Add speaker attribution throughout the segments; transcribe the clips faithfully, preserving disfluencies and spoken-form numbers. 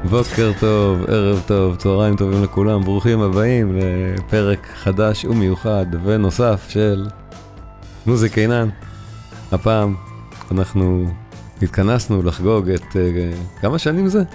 Speaker 1: בוקר טוב, ערב טוב, צהריים טובים לכולם, ברוכים הבאים לפרק חדש ומיוחד ונוסף של מוזיקה עינן. הפעם אנחנו התכנסנו לחגוג את, כמה שנים זה?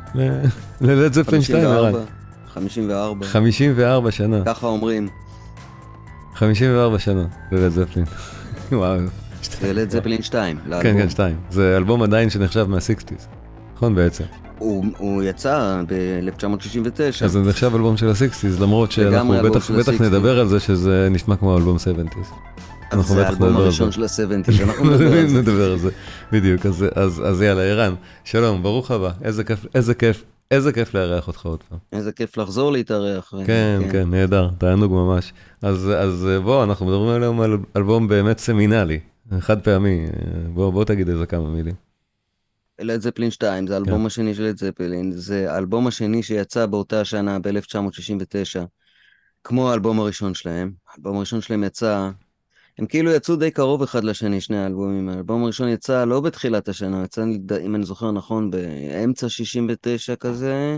Speaker 1: ללד זפלין שתיים, ערן.
Speaker 2: חמישים וארבע.
Speaker 1: חמישים וארבע שנה.
Speaker 2: ככה אומרים.
Speaker 1: חמישים וארבע שנה ללד זפלין. וואו.
Speaker 2: זה לד זפלין שתיים.
Speaker 1: כן, כן, שתיים. זה אלבום עדיין שנחשב מה-סיקסטיז. נכון בעצם.
Speaker 2: הוא, הוא יצא ב-אלף תשע מאות שישים ותשע.
Speaker 1: אז זה נחשב אלבום של ה-סיקסטיז, למרות שאנחנו בטח, בטח נדבר על זה שזה נשמע כמו אלבום שבעים.
Speaker 2: אז זה האלבום הראשון של ה-שבעים, שאנחנו נדבר על זה.
Speaker 1: נדבר על זה, בדיוק. אז, אז, אז יאללה, ערן, שלום, ברוך הבא. איזה כיף, איזה כיף, איזה כיף לארח אותך עוד פעם.
Speaker 2: איזה כיף לחזור להתארח.
Speaker 1: כן, כן, כן, נהדר, תענוג ממש. אז, אז בוא, אנחנו מדברים היום על אלבום באמת סמינלי, חד פעמי. בוא, בוא תגיד איזה כמה מילים.
Speaker 2: לד זפלין שתיים, זה האלבום השני של לד זפלין, זה האלבום השני שיצא באותה שנה ב-אלף תשע מאות שישים ותשע, כמו האלבום הראשון שלהם. האלבום הראשון שלהם יצא, הם כאילו יצאו די קרוב אחד לשני, שני האלבומים. האלבום הראשון יצא לא בתחילת השנה, יצא, אם אני זוכר נכון, באמצע שישים ותשע כזה,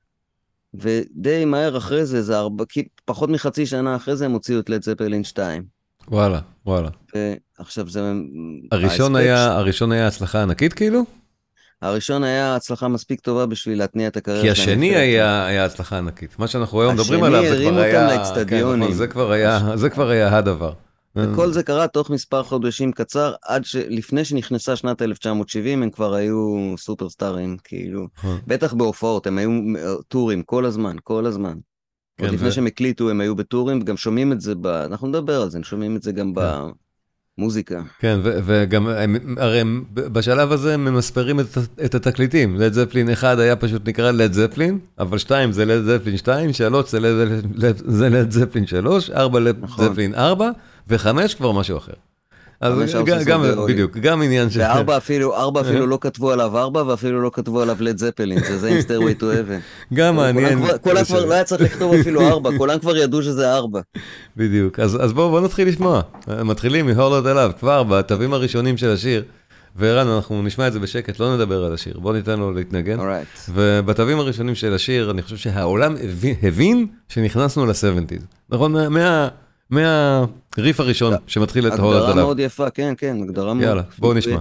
Speaker 2: ודי מהר אחרי זה, זה ארבע, פחות מחצי שנה אחרי זה הם הוציאו את לד זפלין שתיים.
Speaker 1: וואלה, וואלה.
Speaker 2: ועכשיו זה...
Speaker 1: הראשון היה, הראשון היה הצלחה ענקית כאילו?
Speaker 2: הראשון היה הצלחה מספיק טובה בשביל להתניע את הקריירה.
Speaker 1: כי השני היה, היה הצלחה ענקית. מה שאנחנו היום מדברים עליו, זה כבר היה... כן, זה כבר היה, זה כבר היה הדבר.
Speaker 2: וכל זה קרה תוך מספר חודשים קצר, עד שלפני שנכנסה שנת אלף תשע מאות שבעים, הם כבר היו סופרסטארים, כאילו. בטח בהופעות, הם היו טורים כל הזמן, כל הזמן. עוד לפני שהם הקליטו, הם היו בטורים, וגם שומעים את זה, אנחנו נדבר על זה, שומעים את זה גם ב... מוזיקה.
Speaker 1: כן, וגם, הרי בשלב הזה הם ממספרים את התקליטים. לד זפלין אחד היה פשוט נקרא לד זפלין, אבל שתיים זה לד זפלין שתיים, שלוש זה לד זפלין שלוש, ארבע לד זפלין ארבע, וחמש כבר משהו אחר. אז גם, בדיוק, גם עניין ש...
Speaker 2: וארבע אפילו, ארבע אפילו לא כתבו עליו ארבע, ואפילו לא כתבו עליו לד זפלין, שזה עם Stairway to Heaven.
Speaker 1: גם מעניין.
Speaker 2: כולם כבר לא היה צריך לכתוב אפילו ארבע, כולם כבר ידעו שזה ארבע.
Speaker 1: בדיוק, אז בואו נתחיל לשמוע. מתחילים מ-Hold Out Alive, כבר בתווים הראשונים של השיר, וערן, אנחנו נשמע את זה בשקט, לא נדבר על השיר, בואו ניתן לו להתנגן. ובתווים הראשונים של השיר, אני חושב שהעולם הבין שנכנסנו ל-שבעים. נכון? מה... מהריף הראשון שמתחיל את הולד עליו.
Speaker 2: הגדרה מאוד יפה, כן, כן, הגדרה מאוד...
Speaker 1: יאללה, בואו נשמע.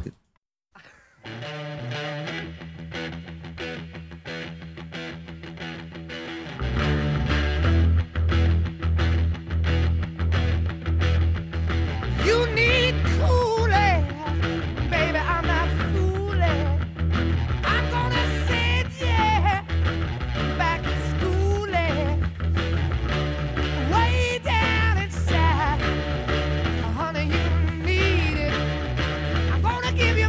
Speaker 3: Give you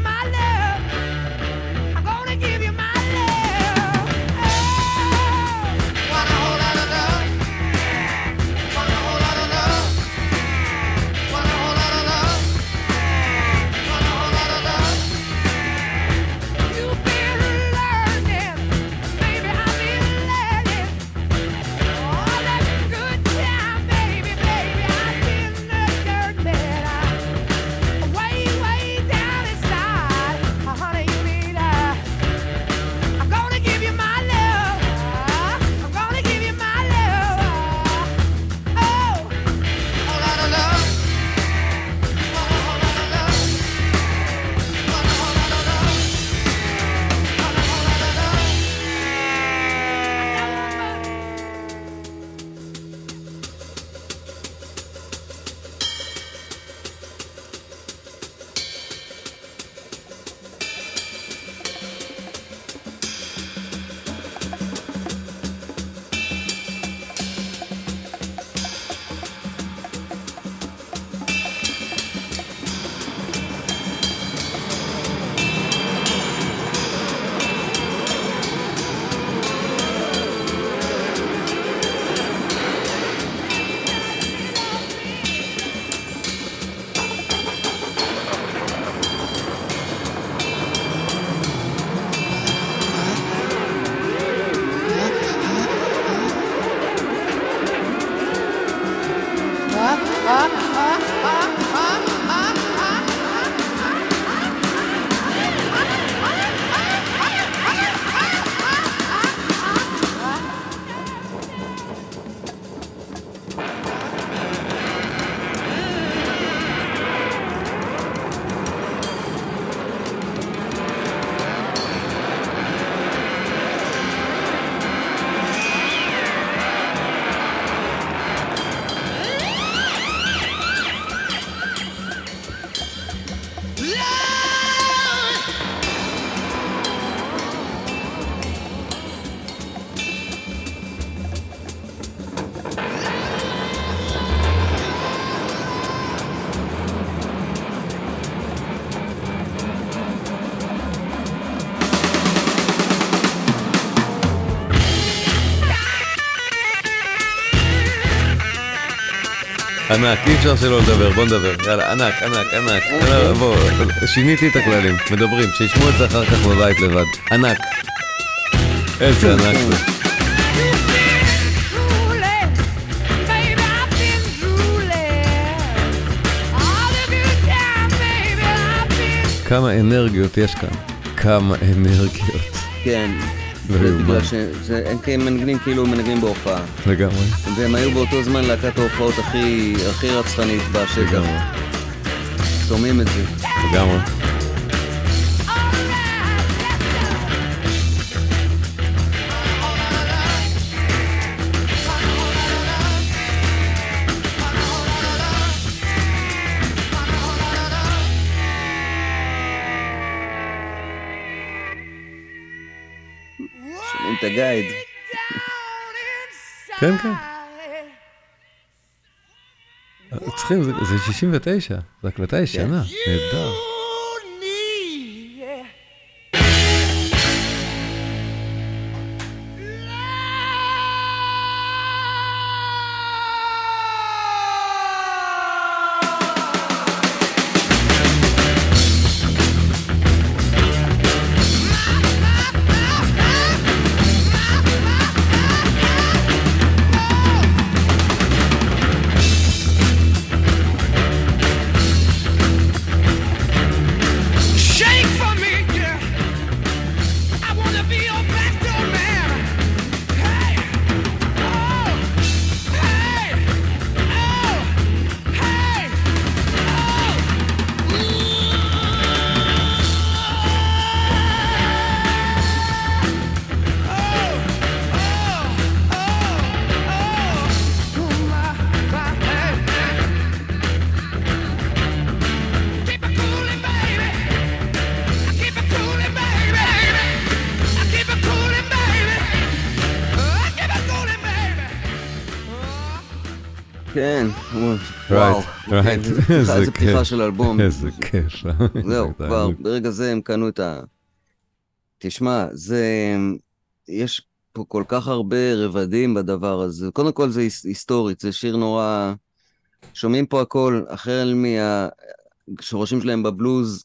Speaker 1: ענק, אי אפשר שלא לדבר, בוא נדבר, יאללה, ענק, ענק, ענק, בוא, שיניתי את הכללים, מדברים, שישמעו את זה אחר כך בבית לבד, ענק, איזה ענק זה. כמה אנרגיות יש כאן, כמה אנרגיות.
Speaker 2: כן. בגלל שהם מנגנים כאילו מנגנים בהופעה.
Speaker 1: לגמרי.
Speaker 2: והם היו באותו זמן להקת ההופעות הכי רצחנית בשטח.
Speaker 1: לגמרי.
Speaker 2: שומעים את זה.
Speaker 1: לגמרי.
Speaker 2: שומעים את הגייד.
Speaker 1: כן, כן. צריכים, זה שישים ותשע, זה הקלטה ישנה, נהדר.
Speaker 2: כן, וואו, איזה פתיחה של אלבום.
Speaker 1: איזה כיף.
Speaker 2: זהו, כבר ברגע זה הם קנו את ה... תשמע, זה... יש פה כל כך הרבה רבדים בדבר הזה. קודם כל זה היסטורית, זה שיר נורא... שומעים פה הכל, החל מהשורשים שלהם בבלוז,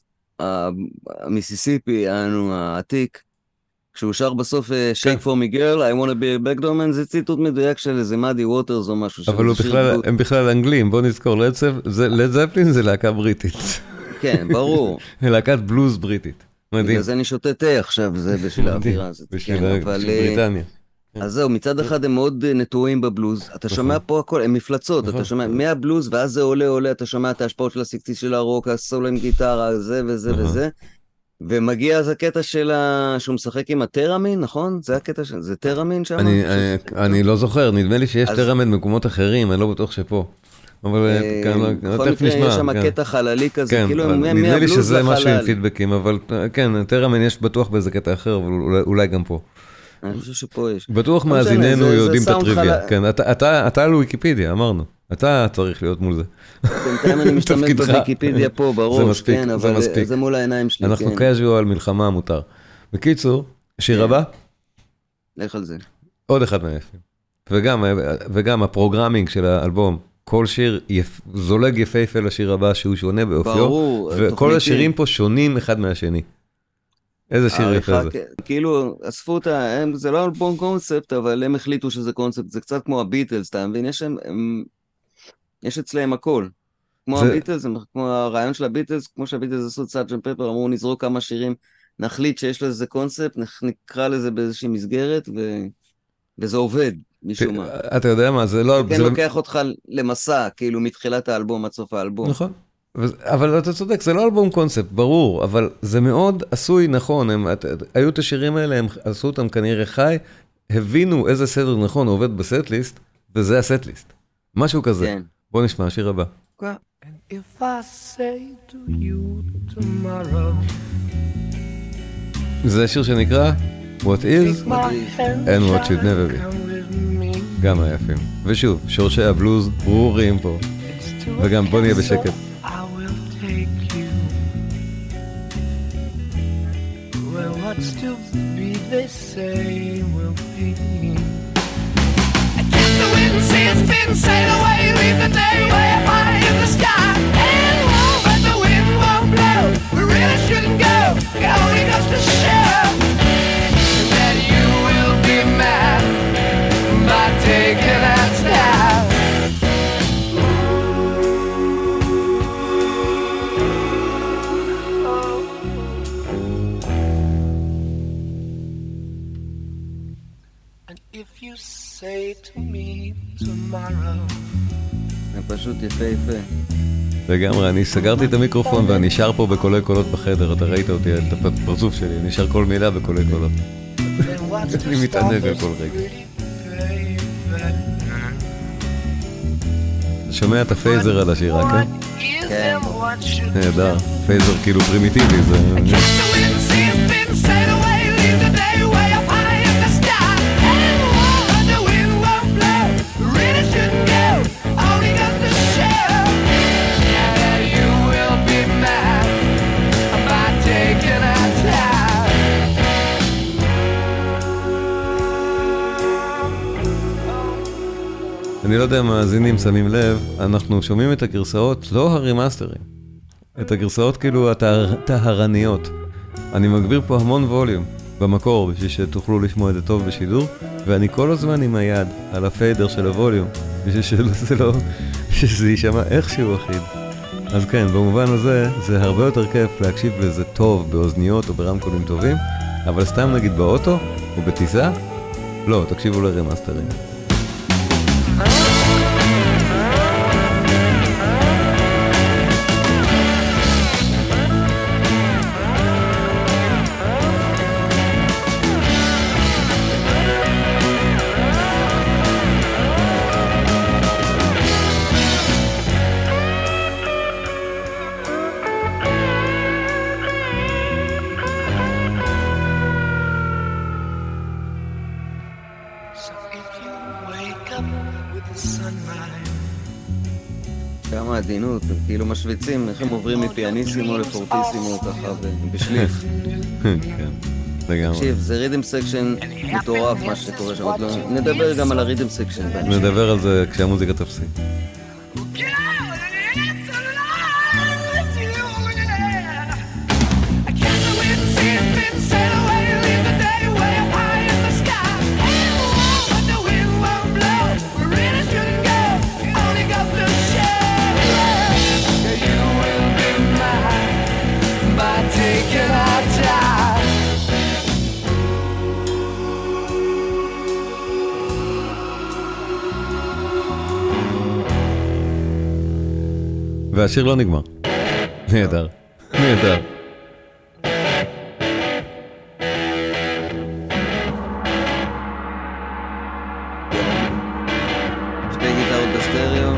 Speaker 2: המיסיסיפי, העתיק, כשהוא שר בסוף Shake for me girl, I want to be a back doorman, זה ציטוט מדויק של איזה מאדי ווטרס או משהו.
Speaker 1: אבל הם בכלל אנגלים, בוא נזכור, לד זפלין זה להקה בריטית.
Speaker 2: כן, ברור.
Speaker 1: להקת בלוז בריטית. מדהים.
Speaker 2: אז אני שותה תה עכשיו, זה בשביל האווירה הזאת.
Speaker 1: בשביל בריטניה.
Speaker 2: אז זהו, מצד אחד הם מאוד נטועים בבלוז, אתה שומע פה הכל, הם מפלצות, אתה שומע מהבלוז, ואז זה עולה עולה, אתה שומע את ההשפעות של הסקצית של הרוק, הסולו עם גיטרה, זה וזה וזה, ומגיע אז הקטע של שהוא משחק עם הטרמין, נכון? זה הקטע של... זה טרמין שם?
Speaker 1: אני לא זוכר, נדמה לי שיש טרמין במקומות אחרים, אני לא בטוח שפה. אבל
Speaker 2: בכל מקרה יש שם קטע חללי כזה, כאילו
Speaker 1: נדמה לי שזה משהו עם פידבקים, אבל כן, טרמין יש בטוח באיזה קטע אחר, אבל אולי גם פה.
Speaker 2: אני חושב שפה יש.
Speaker 1: בטוח מאזיננו יודעים את הטריוויה. כן, אתה על וויקיפדיה, אמרנו. אתה צריך להיות מול זה.
Speaker 2: בינתיים אני משתמש בוויקיפדיה פה, בראש, כן, אבל זה מול העיניים שלי.
Speaker 1: אנחנו קז'ואל מלחמה מותר. בקיצור, שיר הבא?
Speaker 2: לך על זה.
Speaker 1: עוד אחד מהיפים. וגם הפרוגרמינג של האלבום, כל שיר זולג יפהפה לשיר הבא שהוא שונה באופיו.
Speaker 2: ברור.
Speaker 1: וכל השירים פה שונים אחד מהשני. איזה שיר יפה זה.
Speaker 2: כאילו, אספו אותה, זה לא אלבום קונספט, אבל הם החליטו שזה קונספט, זה קצת כמו הביטלס, אתה מבין? יש אצלהם הכל. כמו הביטלס, כמו הרעיון של הביטלס, כמו שהביטלס עשו את סארג'נט פפר, אמרו נזרוק כמה שירים, נחליט שיש לזה קונספט, נקרא לזה באיזושהי מסגרת, וזה עובד, משום מה.
Speaker 1: אתה יודע מה, זה לא...
Speaker 2: כן לוקח אותך למסע, כאילו, מתחילת האלבום עד סוף האלבום.
Speaker 1: נכון. אבל אתה צודק, זה לא אלבום קונספט, ברור, אבל זה מאוד עשוי נכון, הם, היו את השירים האלה, הם עשו אותם כנראה חי, הבינו איזה סדר נכון עובד בסט-ליסט, וזה הסט-ליסט. משהו כזה. כן. בוא נשמע, השיר הבא.
Speaker 3: And if I say to you tomorrow,
Speaker 1: זה שיר שנקרא What is and What should never be. גם היפים. ושוב, שורשי הבלוז ברורים פה. וגם בוא נהיה בשקט.
Speaker 3: What's to be, they say will be. I guess the wind says spin, sail away, leave the day away. And if you say to me tomorrow.
Speaker 2: זה פשוט יפה יפה.
Speaker 1: לגמרי, אני סגרתי את המיקרופון ואני שר פה בקולי קולות בחדר, אתה ראית אותי, את הפרצוף שלי, אני שר כל מילה בקולי קולות. אני מתענג על כל רגע. אתה שומע את הפייזר על השירה, כן?
Speaker 2: כן.
Speaker 1: נהדר, פייזר כאילו פרימיטיבי, זה... אני לא יודע אם המאזינים שמים לב, אנחנו שומעים את הגרסאות, לא הרימאסטרים, את הגרסאות כאילו הטהרניות. אני מגביר פה המון ווליום במקור, בשביל שתוכלו לשמוע את זה טוב בשידור, ואני כל הזמן עם היד על הפיידר של הווליום, בשביל שזה לא, שזה יישמע איכשהו אחיד. אז כן, במובן הזה, זה הרבה יותר כיף להקשיב לזה טוב באוזניות או ברמקולים טובים, אבל סתם נגיד באוטו או בטיסה, לא, תקשיבו לרימאסטרים.
Speaker 2: כמה עדינות, הם כאילו משוויצים, איך הם עוברים מפיאניסימו לפורטיסימו ככה בשליף.
Speaker 1: כן, לגמרי.
Speaker 2: תקשיב, זה ריתם סקשן מטורף מה שקורה שם, נדבר גם על הריתם סקשן.
Speaker 1: נדבר על זה כשהמוזיקה תפסיק. והשיר לא נגמר. נהדר. נהדר.
Speaker 2: שתי גיטרות בסטריאו.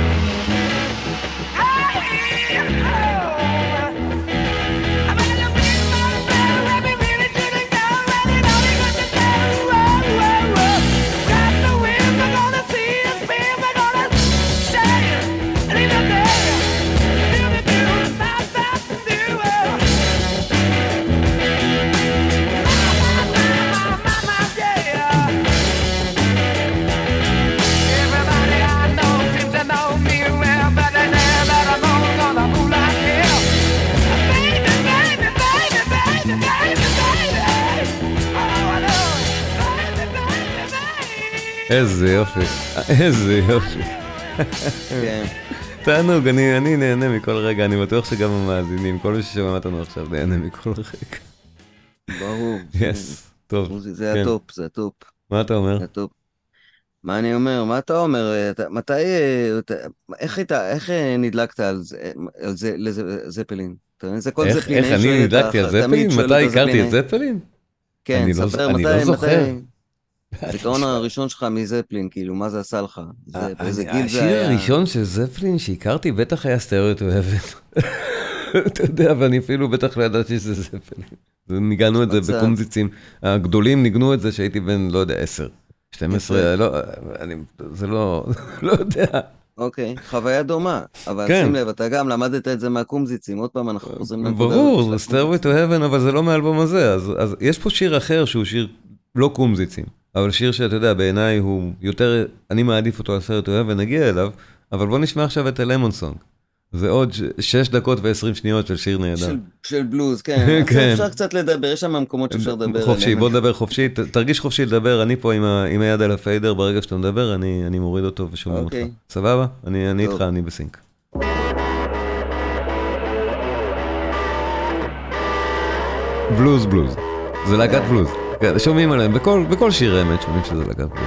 Speaker 1: איזה יופי, איזה יופי.
Speaker 2: כן.
Speaker 1: תענוג, אני, אני נהנה מכל רגע, אני בטוח שגם המאזינים, כל מי ששומע אותנו עכשיו נהנה מכל רגע.
Speaker 2: ברור.
Speaker 1: יס, טוב.
Speaker 2: זה הטופ, זה הטופ.
Speaker 1: מה אתה אומר?
Speaker 2: זה הטופ. מה אני אומר? מה אתה אומר? מתי, איך היית, איך נדלקת על זה, לזפלין? זה כל זפלין.
Speaker 1: איך אני נדלקתי על זפלין? מתי הכרתי את זפלין?
Speaker 2: כן, ספר, מתי, מתי... הזיכרון הראשון שלך מזפלין, כאילו, מה זה עשה לך? באיזה גיל זה היה?
Speaker 1: השיר הראשון של זפלין שהכרתי בטח היה סטריאו טו האבן. אתה יודע, ואני אפילו בטח לא ידעתי שזה זפלין. ניגענו את זה בקומזיצים. הגדולים ניגנו את זה שהייתי בן, לא יודע, עשר, שתים עשרה, זה לא, לא יודע.
Speaker 2: אוקיי, חוויה דומה, אבל שים לב, אתה גם למדת את זה מהקומזיצים, עוד פעם אנחנו חוזרים לנקודה.
Speaker 1: ברור, סטריאו טו האבן, אבל זה לא מאלבום הזה, אז יש פה שיר אחר שהוא שיר לא קומזיצים. אבל שיר שאתה יודע, בעיניי הוא יותר, אני מעדיף אותו על סרט אוהב ונגיע אליו, אבל בוא נשמע עכשיו את הלמון סונג. זה עוד שש דקות ועשרים שניות של שיר נהדר.
Speaker 2: של, של בלוז, כן. כן. אפשר קצת לדבר, יש שם מקומות שאפשר לדבר.
Speaker 1: חופשי, בוא נדבר חופשי, תרגיש חופשי לדבר, אני פה עם, ה, עם היד על הפיידר, ברגע שאתה מדבר, אני, אני מוריד אותו ושומע אותך. סבבה? אני, אני איתך, אני בסינק. בלוז בלוז. זה להקת בלוז. כן, שומעים עליהם, בכל, בכל שיר האמת שומעים שזה להקת בלוז.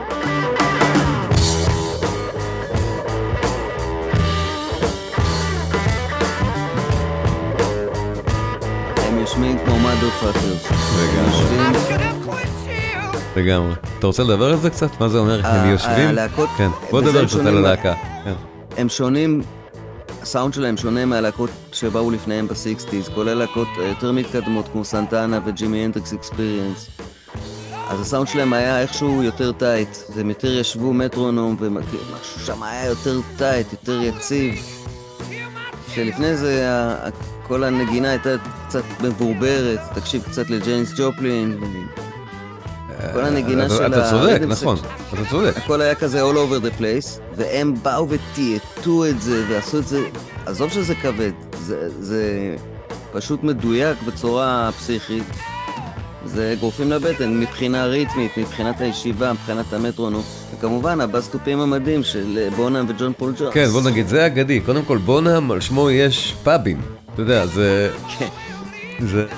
Speaker 2: הם יושבים כמו מדו פאטרס.
Speaker 1: לגמרי. לגמרי. אתה רוצה לדבר על זה קצת? מה זה אומר? הם יושבים?
Speaker 2: הלהקות...
Speaker 1: כן, בוא נדבר קצת על הלהקה.
Speaker 2: הם שונים, הסאונד שלהם שונה מהלהקות שבאו לפניהם בסיקסטיז, כולל להקות יותר מתקדמות כמו סנטנה וג'ימי הנדריקס אקספיריאנס. אז הסאונד שלהם היה איכשהו יותר טייט, הם יותר ישבו מטרונום ומשהו שם היה יותר טייט, יותר יציב. שלפני זה כל הנגינה הייתה קצת מבורברת, תקשיב קצת לג'יימס ג'ופלין. כל הנגינה של ה...
Speaker 1: אתה צודק, נכון, אתה צודק.
Speaker 2: הכל היה כזה all over the place, והם באו ותייתו את זה ועשו את זה, עזוב שזה כבד, זה, זה פשוט מדויק בצורה פסיכית. זה גורפים לבטן, מבחינה ריתמית, מבחינת הישיבה, מבחינת המטרונו, וכמובן הבאסטופים המדהים של בונאם וג'ון פול ג'ונס.
Speaker 1: כן, בוא נגיד, זה אגדי. קודם כל, בונאם, על שמו יש פאבים. אתה יודע, זה...
Speaker 2: כן.
Speaker 1: זה...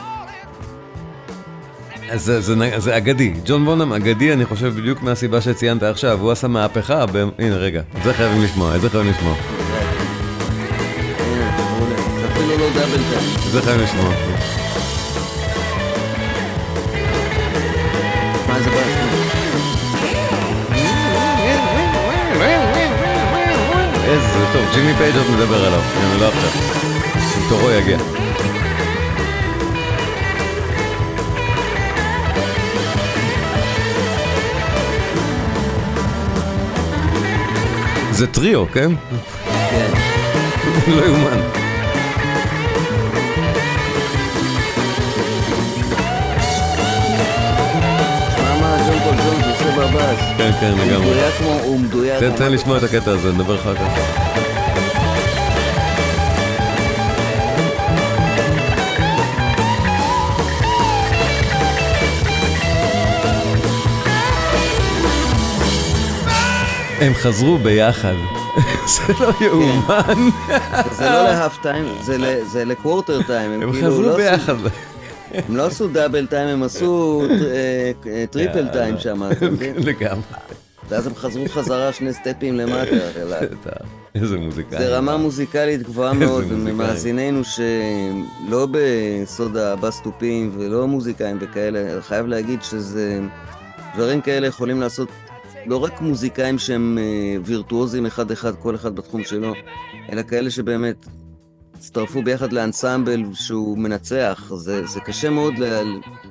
Speaker 1: זה, זה, זה אגדי. ג'ון בונאם אגדי, אני חושב בדיוק מהסיבה שציינת עכשיו. הוא עשה מהפכה ב... הנה, רגע. את זה חייבים לשמוע, את זה חייבים לשמוע.
Speaker 2: הנה, מעולה. אפילו לא דאבל טיים.
Speaker 1: את זה חייבים לשמוע.
Speaker 2: מה זה באס?
Speaker 1: איזה טוב, ג'ימי פייג' עוד מדבר עליו. אני לא עכשיו. תורו יגיע. זה טריו, כן?
Speaker 2: כן.
Speaker 1: לא יומן.
Speaker 2: שמע מה ג'ון פול ג'ונס עושה בבאס.
Speaker 1: כן, כן,
Speaker 2: הוא
Speaker 1: לגמרי.
Speaker 2: מדויק כמו, הוא מדויק.
Speaker 1: תן, תן לשמוע את הקטע הזה, נדבר אחר כך. הם חזרו ביחד. זה לא יאומן.
Speaker 2: זה לא להאף טיים, זה לקוורטר טיים.
Speaker 1: הם חזרו ביחד.
Speaker 2: הם לא עשו דאבל טיים, הם עשו טריפל טיים שם.
Speaker 1: לגמרי.
Speaker 2: ואז הם חזרו חזרה שני סטפים למטה.
Speaker 1: איזה מוזיקה.
Speaker 2: זה רמה מוזיקלית גבוהה מאוד, ומאזיננו שלא בסוד הבאסטופים ולא מוזיקאים וכאלה, חייב להגיד שזה דברים כאלה יכולים לעשות לא רק מוזיקאים שהם וירטואוזים אחד אחד, כל אחד בתחום שלו, אלא כאלה שבאמת הצטרפו ביחד לאנסמבל שהוא מנצח. זה, זה קשה מאוד לה,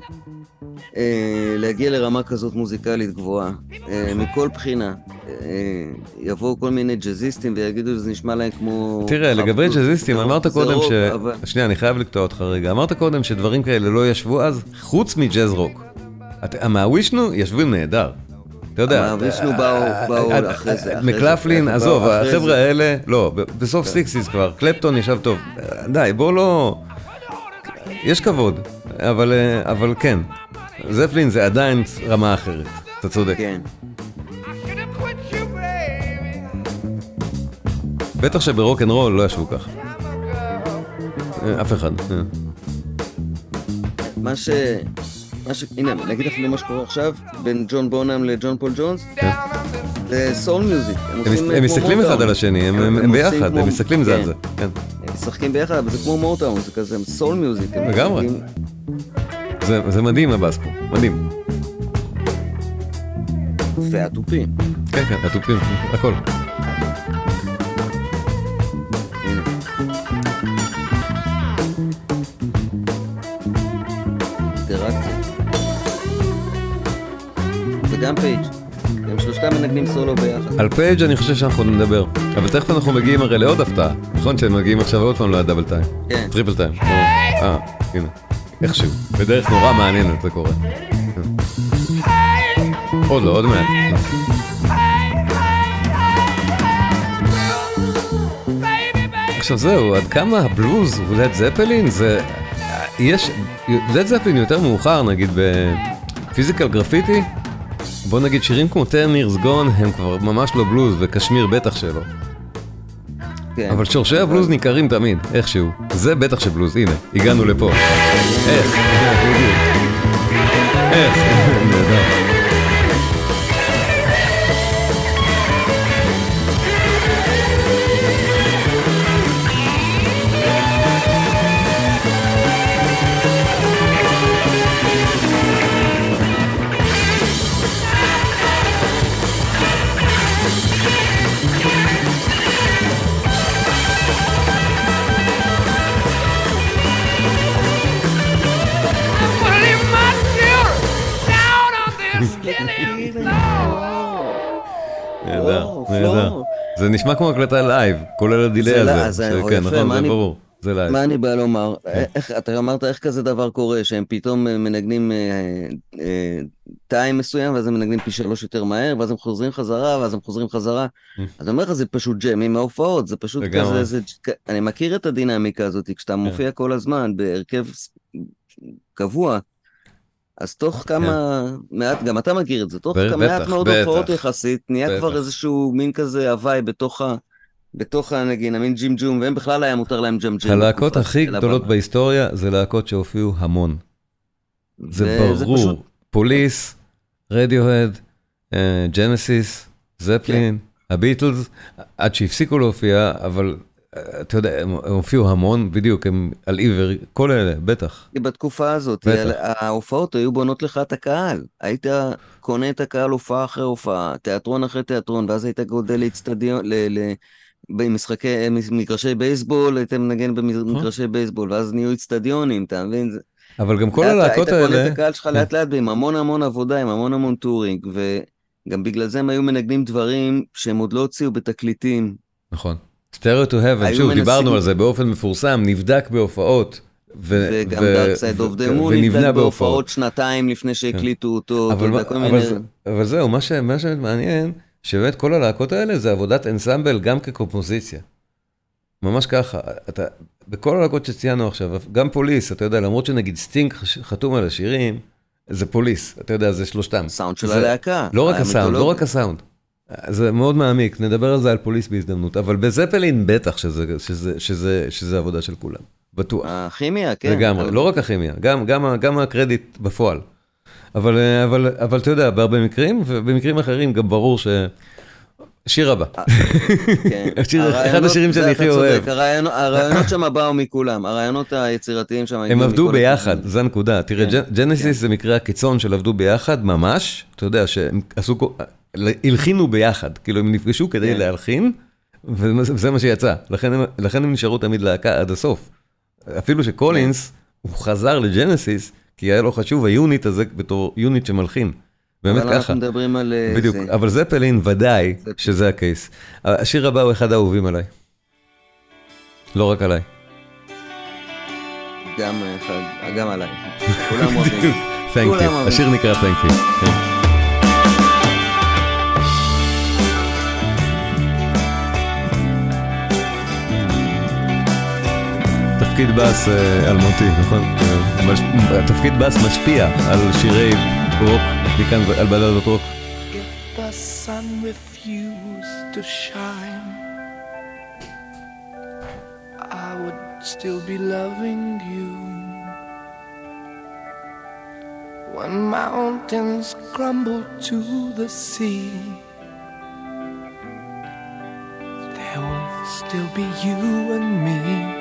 Speaker 2: להגיע לרמה כזאת מוזיקלית גבוהה, מכל בחינה. יבואו כל מיני ג'אזיסטים ויגידו שזה נשמע להם כמו...
Speaker 1: תראה, לגבי ג'אזיסטים, אמרת קודם ש... שנייה, אני חייב לקטוע אותך רגע. אמרת קודם שדברים כאלה לא ישבו אז, חוץ מג'אז רוק. המאווישנו ישבו נהדר. אתה יודע,
Speaker 2: המאווישנו באו אחרי זה.
Speaker 1: מקלפלין, עזוב, החבר'ה האלה, לא, בסוף סיקסיס כבר, קלפטון ישב טוב. די, בוא לא... יש כבוד, אבל כן. זפלין זה עדיין רמה אחרת, אתה צודק.
Speaker 2: כן.
Speaker 1: בטח שברוק אנד רול לא ישבו כך. אף אחד.
Speaker 2: מה ש... מה ש... הנה, נגיד אפילו מה שקורה עכשיו, בין ג'ון בונאם לג'ון פול ג'ונס, זה סול מיוזיק.
Speaker 1: הם מסתכלים אחד על השני, הם ביחד, הם מסתכלים זה על זה.
Speaker 2: הם משחקים ביחד, אבל זה כמו מוטאון, זה כזה סול מיוזיק.
Speaker 1: לגמרי. זה מדהים הבאס פה, מדהים.
Speaker 2: והטופים.
Speaker 1: כן, כן, הטופים, הכל.
Speaker 2: הנה. אינטראקציה. וגם פייג'. הם שלושתם מנגנים סולו ביחד.
Speaker 1: על פייג' אני חושב שאנחנו נדבר. אבל תכף אנחנו מגיעים הרי לעוד הפתעה. נכון שהם מגיעים עכשיו עוד פעם לדאבל טיים.
Speaker 2: כן.
Speaker 1: טריפל טיים. אה, הנה. איכשהו. בדרך נורא מעניינת זה קורה. עוד לא, עוד מעט. עכשיו זהו, עד כמה הבלוז ולד זפלין זה... יש... לד זפלין יותר מאוחר, נגיד בפיזיקל גרפיטי, בוא נגיד שירים כמו Ten Years Gone הם כבר ממש לא בלוז, וקשמיר בטח שלא.
Speaker 2: כן.
Speaker 1: אבל שורשי הבלוז ניכרים תמיד, איכשהו. זה בטח שבלוז, הנה, הגענו לפה. איך? איך? נהדר. נהדר, נהדר. זה נשמע כמו הקלטה לייב, כולל הדילי הזה. כן, נכון, זה ברור. זה לייב.
Speaker 2: מה אני בא לומר? אתה אמרת איך כזה דבר קורה, שהם פתאום מנגנים טיים מסוים, ואז הם מנגנים פי שלוש יותר מהר, ואז הם חוזרים חזרה, ואז הם חוזרים חזרה. אז אני אומר לך, זה פשוט ג'מים מההופעות, זה פשוט כזה, אני מכיר את הדינמיקה הזאת, כשאתה מופיע כל הזמן בהרכב קבוע, אז תוך כמה מעט, גם אתה מכיר את זה, תוך כמה מעט מאוד הופעות יחסית, נהיה כבר איזשהו מין כזה הוואי בתוך ה... בתוך הנגינה, מין ג'ים ג'ום, והם בכלל היה מותר להם ג'ם ג'ם.
Speaker 1: הלהקות הכי גדולות בהיסטוריה, זה להקות שהופיעו המון. זה ברור. פוליס, רדיוהד, ג'נסיס, זפלין, הביטלס, עד שהפסיקו להופיע, אבל אתה יודע, הם הופיעו המון, בדיוק, הם על עיוור, כל אלה, בטח.
Speaker 2: בתקופה הזאת, ההופעות היו בונות לך את הקהל. היית קונה את הקהל הופעה אחרי הופעה, תיאטרון אחרי תיאטרון, ואז היית גודל לאצטדיון, במשחקי, מגרשי בייסבול, היית מנגן במגרשי בייסבול, ואז נהיו אצטדיונים, אתה מבין?
Speaker 1: אבל גם כל הלהקות האלה...
Speaker 2: היית קונה את הקהל שלך לאט לאט, עם המון המון עבודה, עם המון המון טורינג, וגם בגלל זה הם היו מנגנים דברים שהם עוד לא הוציאו בתקליטים.
Speaker 1: נכון. Stereo to Heaven, שוב, דיברנו על זה באופן מפורסם, נבדק בהופעות.
Speaker 2: וגם Dark Side of the Moon נבדק בהופעות שנתיים לפני שהקליטו אותו.
Speaker 1: אבל זהו, מה שבאמת מעניין, שבאמת כל הלהקות האלה זה עבודת אנסמבל גם כקומפוזיציה. ממש ככה. בכל הלהקות שציינו עכשיו, גם פוליס, אתה יודע, למרות שנגיד סטינג חתום על השירים, זה פוליס, אתה יודע, זה שלושתם.
Speaker 2: סאונד של הלהקה.
Speaker 1: לא רק הסאונד, לא רק הסאונד. זה מאוד מעמיק, נדבר על זה על פוליס בהזדמנות, אבל בזפלין בטח שזה, שזה, שזה, שזה עבודה של כולם, בטוח.
Speaker 2: הכימיה, כן.
Speaker 1: לגמרי, לא רק הכימיה, גם, גם, גם הקרדיט בפועל. אבל, אבל, אבל אתה יודע, בהרבה מקרים, ובמקרים אחרים גם ברור ש... שיר הבא. אחד השירים שאני הכי אוהב.
Speaker 2: הרעיונות שם באו מכולם, הרעיונות היצירתיים שם...
Speaker 1: הם עבדו ביחד, זה הנקודה. תראה, ג'נסיס זה מקרה הקיצון של עבדו ביחד, ממש, אתה יודע, שהם עשו... הלחינו ביחד, כאילו הם נפגשו כדי להלחין, וזה מה שיצא. לכן הם נשארו תמיד להקה עד הסוף. אפילו שקולינס, הוא חזר לג'נסיס, כי היה לו חשוב היוניט הזה בתור יוניט שמלחין. באמת ככה.
Speaker 2: אבל אנחנו מדברים על...
Speaker 1: בדיוק, אבל זפלין ודאי שזה הקייס. השיר הבא הוא אחד האהובים עליי. לא רק עליי.
Speaker 2: גם עליי. כולם אוהבים.
Speaker 1: Thank you. השיר נקרא Thank you. תפקיד בס אלמותי, נכון? תפקיד בס משפיע על שירי רוק, מכאן על בלדות רוק.
Speaker 3: If the sun refused to shine, I would still be loving you. When mountains crumble to the sea, there will still be you and me.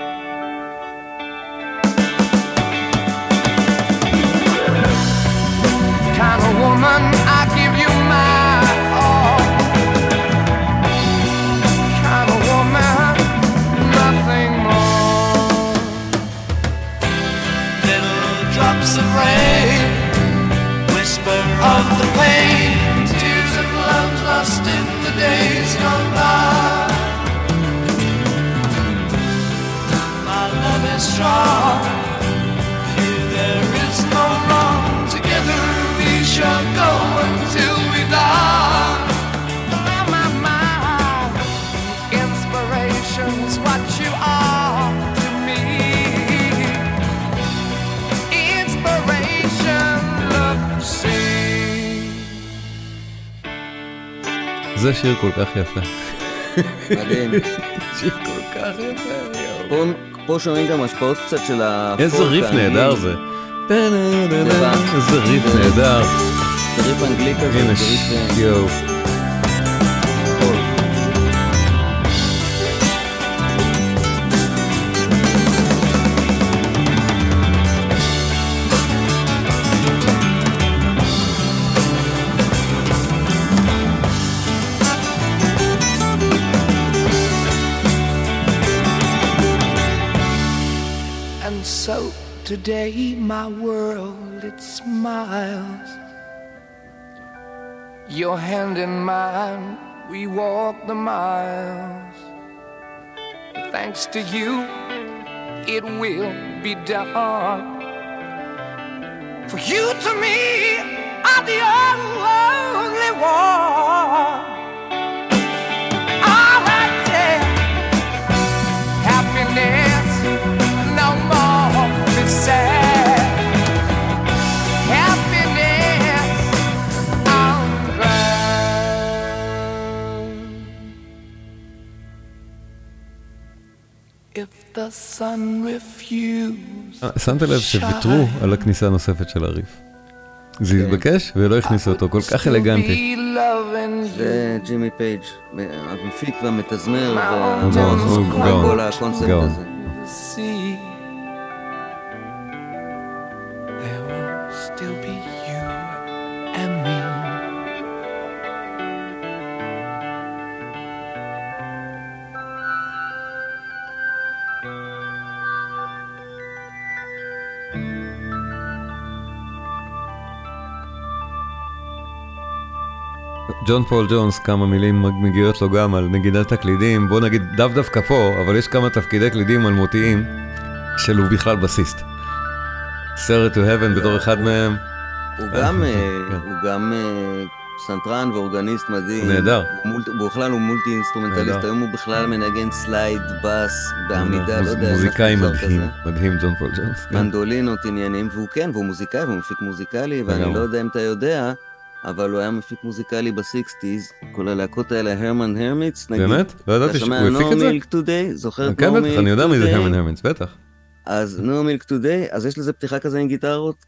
Speaker 3: Kind of woman, I give you my all. Kind of woman, nothing more. Little drops of rain, whisper of the pain, tears of love lost in the days gone by. My love is strong, here there is no wrong. Together we shall go until we die. Oh my, my, inspiration's what you are to me. Inspiration, love, see.
Speaker 1: זה שיר כל כך יפה.
Speaker 2: מדהים.
Speaker 1: שיר כל כך יפה.
Speaker 2: פה שומעים גם השפעות קצת של הפולק.
Speaker 1: איזה ריף נהדר זה. איזה ריף נהדר.
Speaker 2: זה ריף אנגלי כזה.
Speaker 1: הנה, יואו.
Speaker 3: So today my world, it smiles. Your hand in mine, we walk the miles. Thanks to you, it will be done. For you to me are the only one. All I say, happiness, no more be sad. Happiness, I'm glad. If the sun refused.
Speaker 1: שמת לב שוויתרו על הכניסה הנוספת של הריף. זה התבקש ולא הכניסו אותו, כל כך אלגנטי.
Speaker 2: זה ג'ימי פייג', המפיק והמתזמר
Speaker 1: וכל
Speaker 2: הקונספט הזה.
Speaker 1: ג'ון פול ג'ונס, כמה מילים מגיעות לו גם על נגידת הקלידים, בוא נגיד דו דווקא פה, אבל יש כמה תפקידי קלידים אלמותיים של הוא בכלל בסיסט. Stairway to Heaven בתור אחד מהם.
Speaker 2: הוא גם, הוא גם סנטרן ואורגניסט מדהים.
Speaker 1: נהדר.
Speaker 2: הוא בכלל הוא מולטי אינסטרומנטליסט, היום הוא בכלל מנגן סלייד, בס, בעמידה, לא יודע.
Speaker 1: מוזיקאי מדהים, מדהים ג'ון פול ג'ונס.
Speaker 2: מנדולינות עניינים, והוא כן, והוא מוזיקאי, והוא מפיק מוזיקלי, ואני לא יודע אם אתה יודע, אבל הוא היה מפיק מוזיקלי ב-סיקסטיז, כל הלהקות האלה, הרמן הרמיץ, נגיד.
Speaker 1: באמת? לא ידעתי שהוא הפיק את זה?
Speaker 2: No Milk Today, זוכר את No Milk Today?
Speaker 1: כן, בטח, אני יודע מי זה הרמן הרמיץ, בטח.
Speaker 2: אז No Milk Today, אז יש לזה פתיחה כזה עם גיטרות,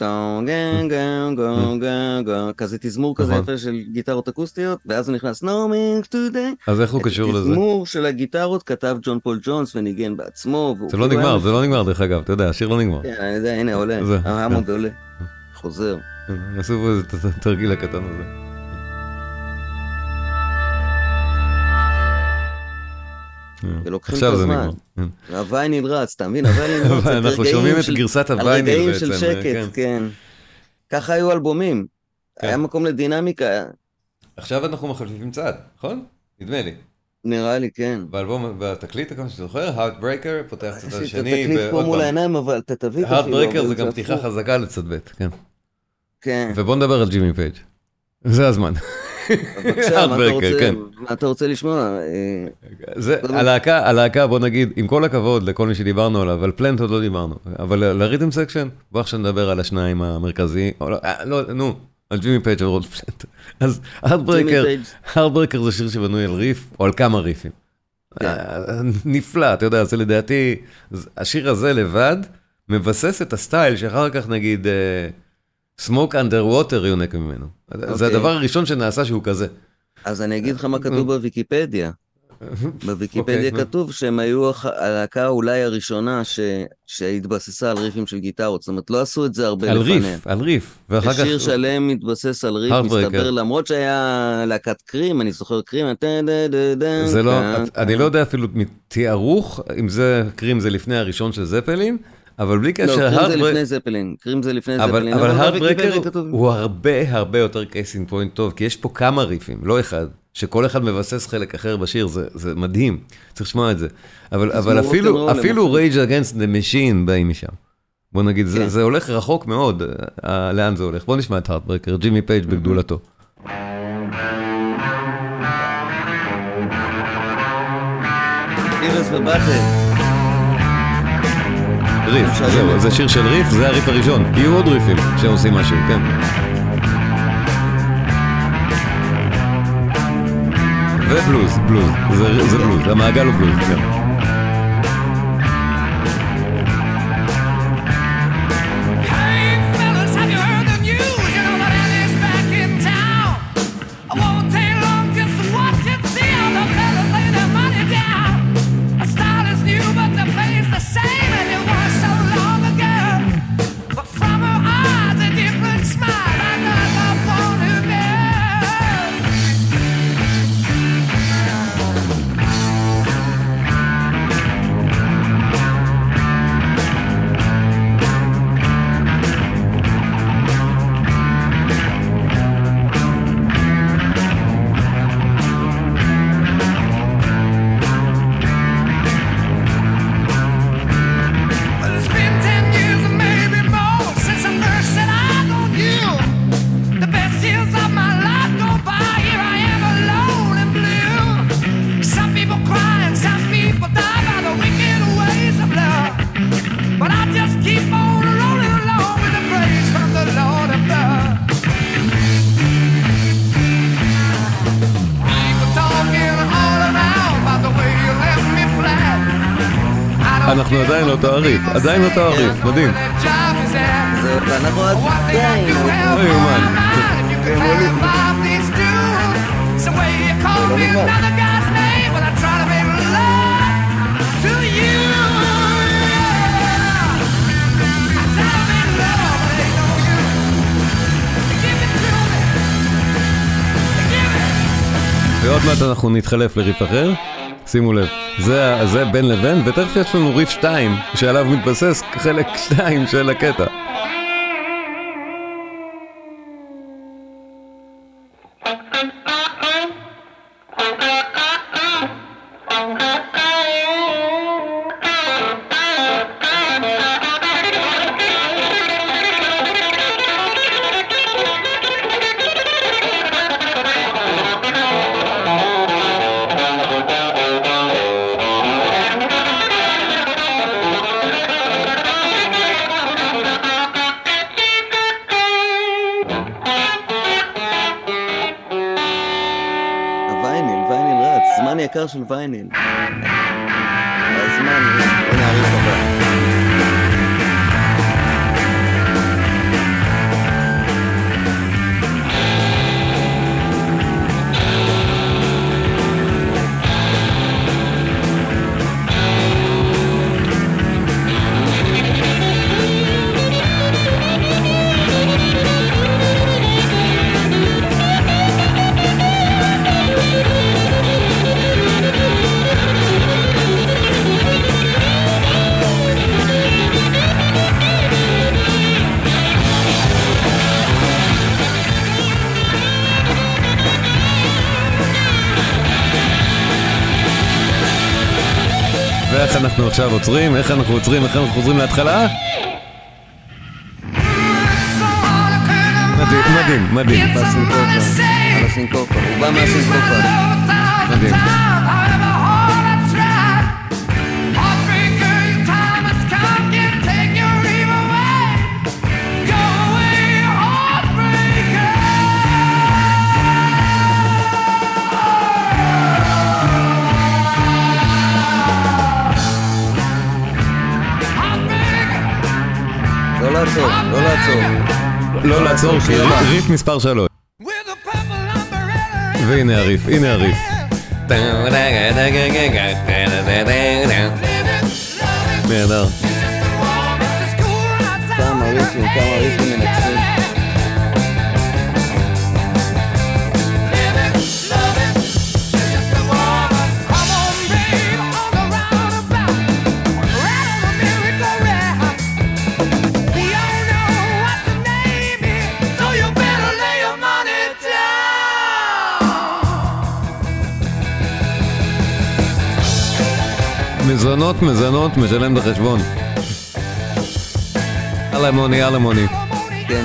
Speaker 2: כזה תזמור כזה יפה של גיטרות אקוסטיות, ואז הוא נכנס No Milk Today.
Speaker 1: אז איך הוא קשור לזה?
Speaker 2: תזמור של הגיטרות כתב ג'ון פול ג'ונס וניגן בעצמו.
Speaker 1: זה לא נגמר, זה לא נגמר דרך אגב, אתה יודע, השיר לא נגמר.
Speaker 2: כן, אני יודע, הנה עולה, ההמוד עולה, חוזר.
Speaker 1: נעשו פה איזה תרגיל הקטן הזה.
Speaker 2: ולוקחים את הזמן. הוואי נלרץ, אתה מבין? הוואי נלרץ.
Speaker 1: אנחנו שומעים את גרסת הווייניל
Speaker 2: הרגעים
Speaker 1: בעצם.
Speaker 2: של שקט, כן. ככה היו אלבומים. היה מקום לדינמיקה.
Speaker 1: עכשיו אנחנו מחליפים צעד, נכון? נדמה לי.
Speaker 2: נראה לי, כן.
Speaker 1: באלבום, בתקליט, כמו שאתה זוכר, Heartbreaker, פותח את הצד השני.
Speaker 2: יש לי את התקליט פה מול העיניים, אבל אתה תביא את אפילו.
Speaker 1: Heartbreaker זה גם פתיחה חזקה לצד ב', כן.
Speaker 2: כן.
Speaker 1: ובוא נדבר על ג'ימי פייג'. זה הזמן.
Speaker 2: בבקשה, מה אתה רוצה לשמוע?
Speaker 1: הלהקה, בוא נגיד, עם כל הכבוד לכל מי שדיברנו עליו, על פלנט עוד לא דיברנו, אבל לריתם סקשן, בוא עכשיו נדבר על השניים המרכזיים, נו, על ג'ימי פייג' ורוד פלנט. אז Heartbreaker זה שיר שבנוי על ריף, או על כמה ריפים. נפלא, אתה יודע, זה לדעתי, השיר הזה לבד, מבסס את הסטייל שאחר כך נגיד... Smoke Underwater יונק ממנו. זה הדבר הראשון שנעשה שהוא כזה.
Speaker 2: אז אני אגיד לך מה כתוב בוויקיפדיה. בוויקיפדיה כתוב שהם היו הלהקה אולי הראשונה שהתבססה על ריפים של גיטרות. זאת אומרת, לא עשו את זה הרבה לפניהם.
Speaker 1: על ריף, על ריף.
Speaker 2: השיר שלם מתבסס על ריף, מסתבר, למרות שהיה להקת קרים, אני זוכר קרים,
Speaker 1: זה לא, אני לא יודע אפילו מתיארוך, אם זה קרים זה לפני הראשון של זפלין, אבל בלי קשר,
Speaker 2: לא, קרים זה לפני זפלין, קרים זה לפני זפלין.
Speaker 1: אבל Heartbreaker הוא הרבה הרבה יותר קייסינג פוינט טוב, כי יש פה כמה ריפים, לא אחד, שכל אחד מבסס חלק אחר בשיר, זה מדהים, צריך לשמוע את זה. אבל אפילו Rage Against the Machine באים משם. בוא נגיד, זה הולך רחוק מאוד, לאן זה הולך. בוא נשמע את Heartbreaker, ג'ימי פייג' בגדולתו.
Speaker 2: אירס ובאטל.
Speaker 1: ריף, זהו, זה שיר של ריף, זה הריף הראשון. יהיו עוד ריפים שעושים משהו, כן. ובלוז, בלוז, זה בלוז, המעגל הוא בלוז, כן.
Speaker 3: Hey!
Speaker 1: אנחנו עדיין לא תעריף, עדיין לא תעריף, מדהים.
Speaker 2: ואנחנו עדיין...
Speaker 1: לא יאומן.
Speaker 2: לא נגמר.
Speaker 1: ועוד מעט אנחנו נתחלף לריף אחר, שימו לב, זה, זה בין לבין, ותכף יש לנו ריף שתיים, שעליו מתבסס חלק שתיים של הקטע.
Speaker 2: יקר של וייניל. הזמן, הנה הריף הבא.
Speaker 1: ואיך אנחנו עכשיו עוצרים? איך אנחנו עוצרים? איך אנחנו חוזרים להתחלה? מדהים, מדהים, מדהים.
Speaker 2: בסינקופה, על הסינקופה, הוא בא מהסינקופה.
Speaker 1: מדהים.
Speaker 2: לא לעצור, לא לעצור.
Speaker 1: לא לעצור, כי ריף מספר שלוש. והנה הריף, הנה הריף. נהדר.
Speaker 2: כמה ריפים, כמה ריפים מנצחים.
Speaker 1: מזונות, מזונות, משלם את החשבון. אלמוני, אלמוני.
Speaker 2: כן.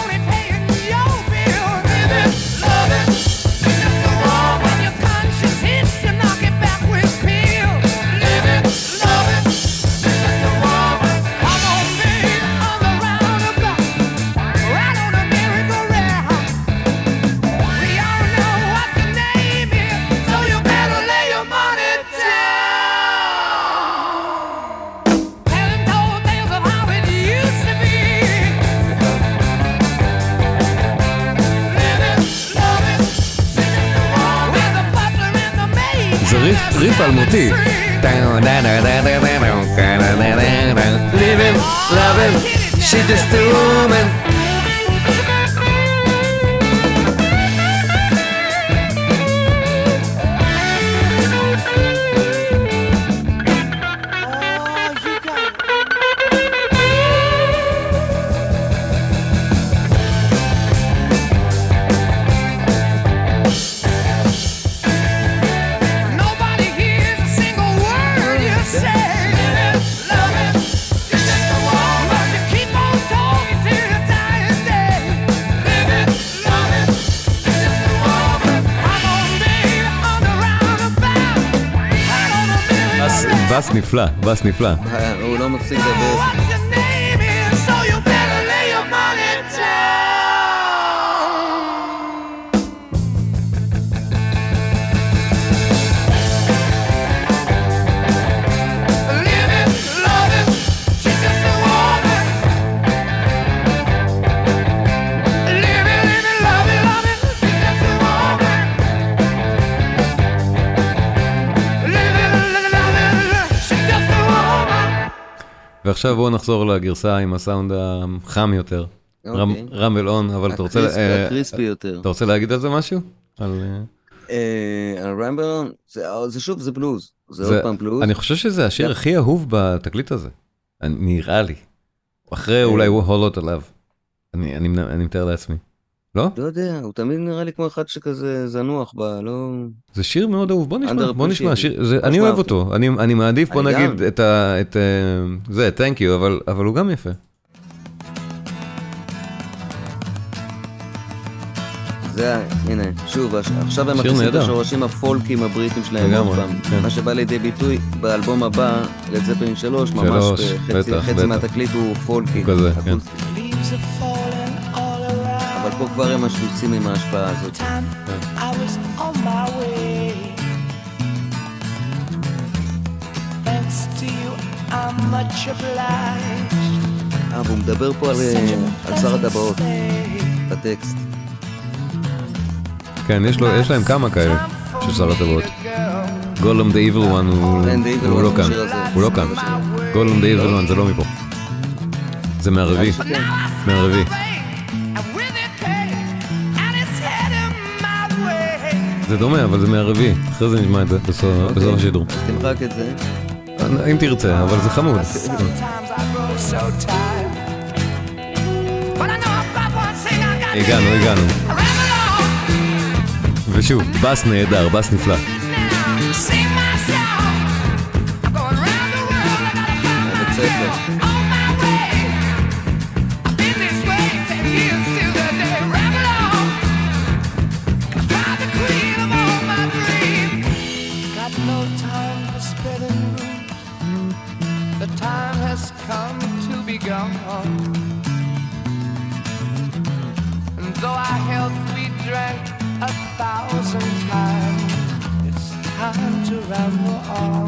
Speaker 1: ריף אלמותי.
Speaker 2: Living, loving, she's just a woman.
Speaker 1: בס נפלא, בס נפלא.
Speaker 2: הוא לא מפסיק לדבר.
Speaker 1: ועכשיו בואו נחזור לגרסה עם הסאונד החם יותר. רמבל און, אבל אתה רוצה...
Speaker 2: הקריספי יותר.
Speaker 1: אתה רוצה להגיד על זה משהו? על
Speaker 2: רמבל און, זה שוב, זה בלוז. זה עוד פעם בלוז.
Speaker 1: אני חושב שזה השיר הכי אהוב בתקליט הזה. נראה לי. אחרי אולי הולות עליו. אני מתאר לעצמי. לא?
Speaker 2: לא יודע, הוא תמיד נראה לי כמו אחד שכזה זנוח בה, לא...
Speaker 1: זה שיר מאוד אהוב, בוא נשמע, בוא נשמע, אני אוהב אותו, אני מעדיף, בוא נגיד את זה, thank you, אבל הוא גם יפה.
Speaker 2: זה, הנה, שוב, עכשיו הם מכניסים את השורשים הפולקים הבריטים שלהם עוד פעם. מה שבא לידי ביטוי באלבום הבא, לד זפלין שלוש, ממש חצי מהתקליט הוא פולקי.
Speaker 1: כזה, כן.
Speaker 2: אבל פה כבר הם משוויצים עם ההשפעה הזאת. אה, והוא מדבר פה על שר הטבעות, בטקסט.
Speaker 1: כן, יש להם כמה כאלה של שר הטבעות. גולום דה איבל וואן הוא לא כאן, הוא לא כאן. גולום דה איבל וואן זה לא מפה. זה מהרביעי, מהרביעי. זה דומה, אבל זה מהרביעי. אחרי זה נשמע את זה בסוף השידור.
Speaker 2: אז תמחק את זה.
Speaker 1: אם תרצה, אבל זה חמוד. הגענו, הגענו. ושוב, בס נהדר, בס נפלא.
Speaker 3: A thousand times, it's time to ramble on.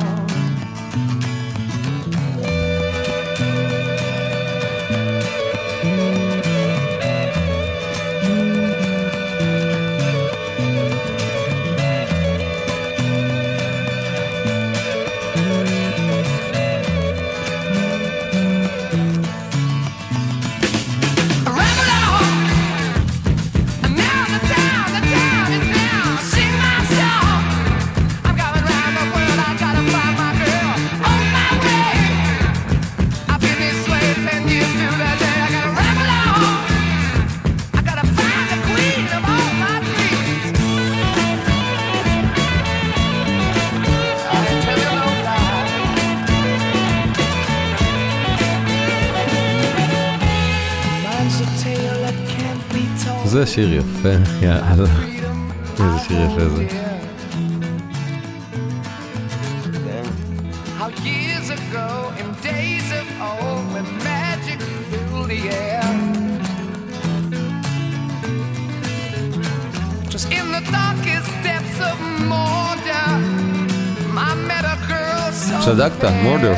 Speaker 1: זה שיר יפה, יאללה. איזה שיר יפה זה. צדקת, מורדר.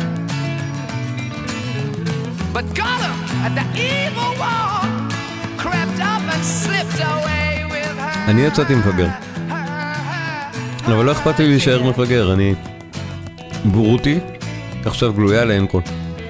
Speaker 1: אני יצאתי מפגר, אבל לא אכפת לי להישאר מפגר, אני בורותי, עכשיו גלויה לאין כל.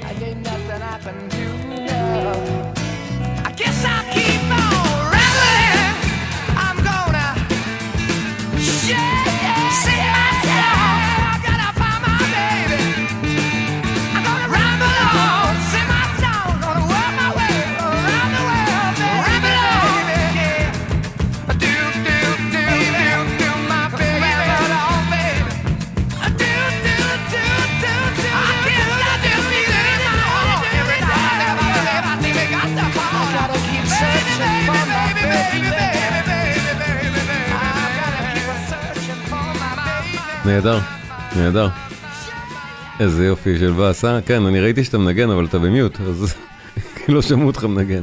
Speaker 1: נהדר, נהדר. איזה יופי של בעשה. כן, אני ראיתי שאתה מנגן, אבל אתה במיוט, אז לא שמעו אותך מנגן.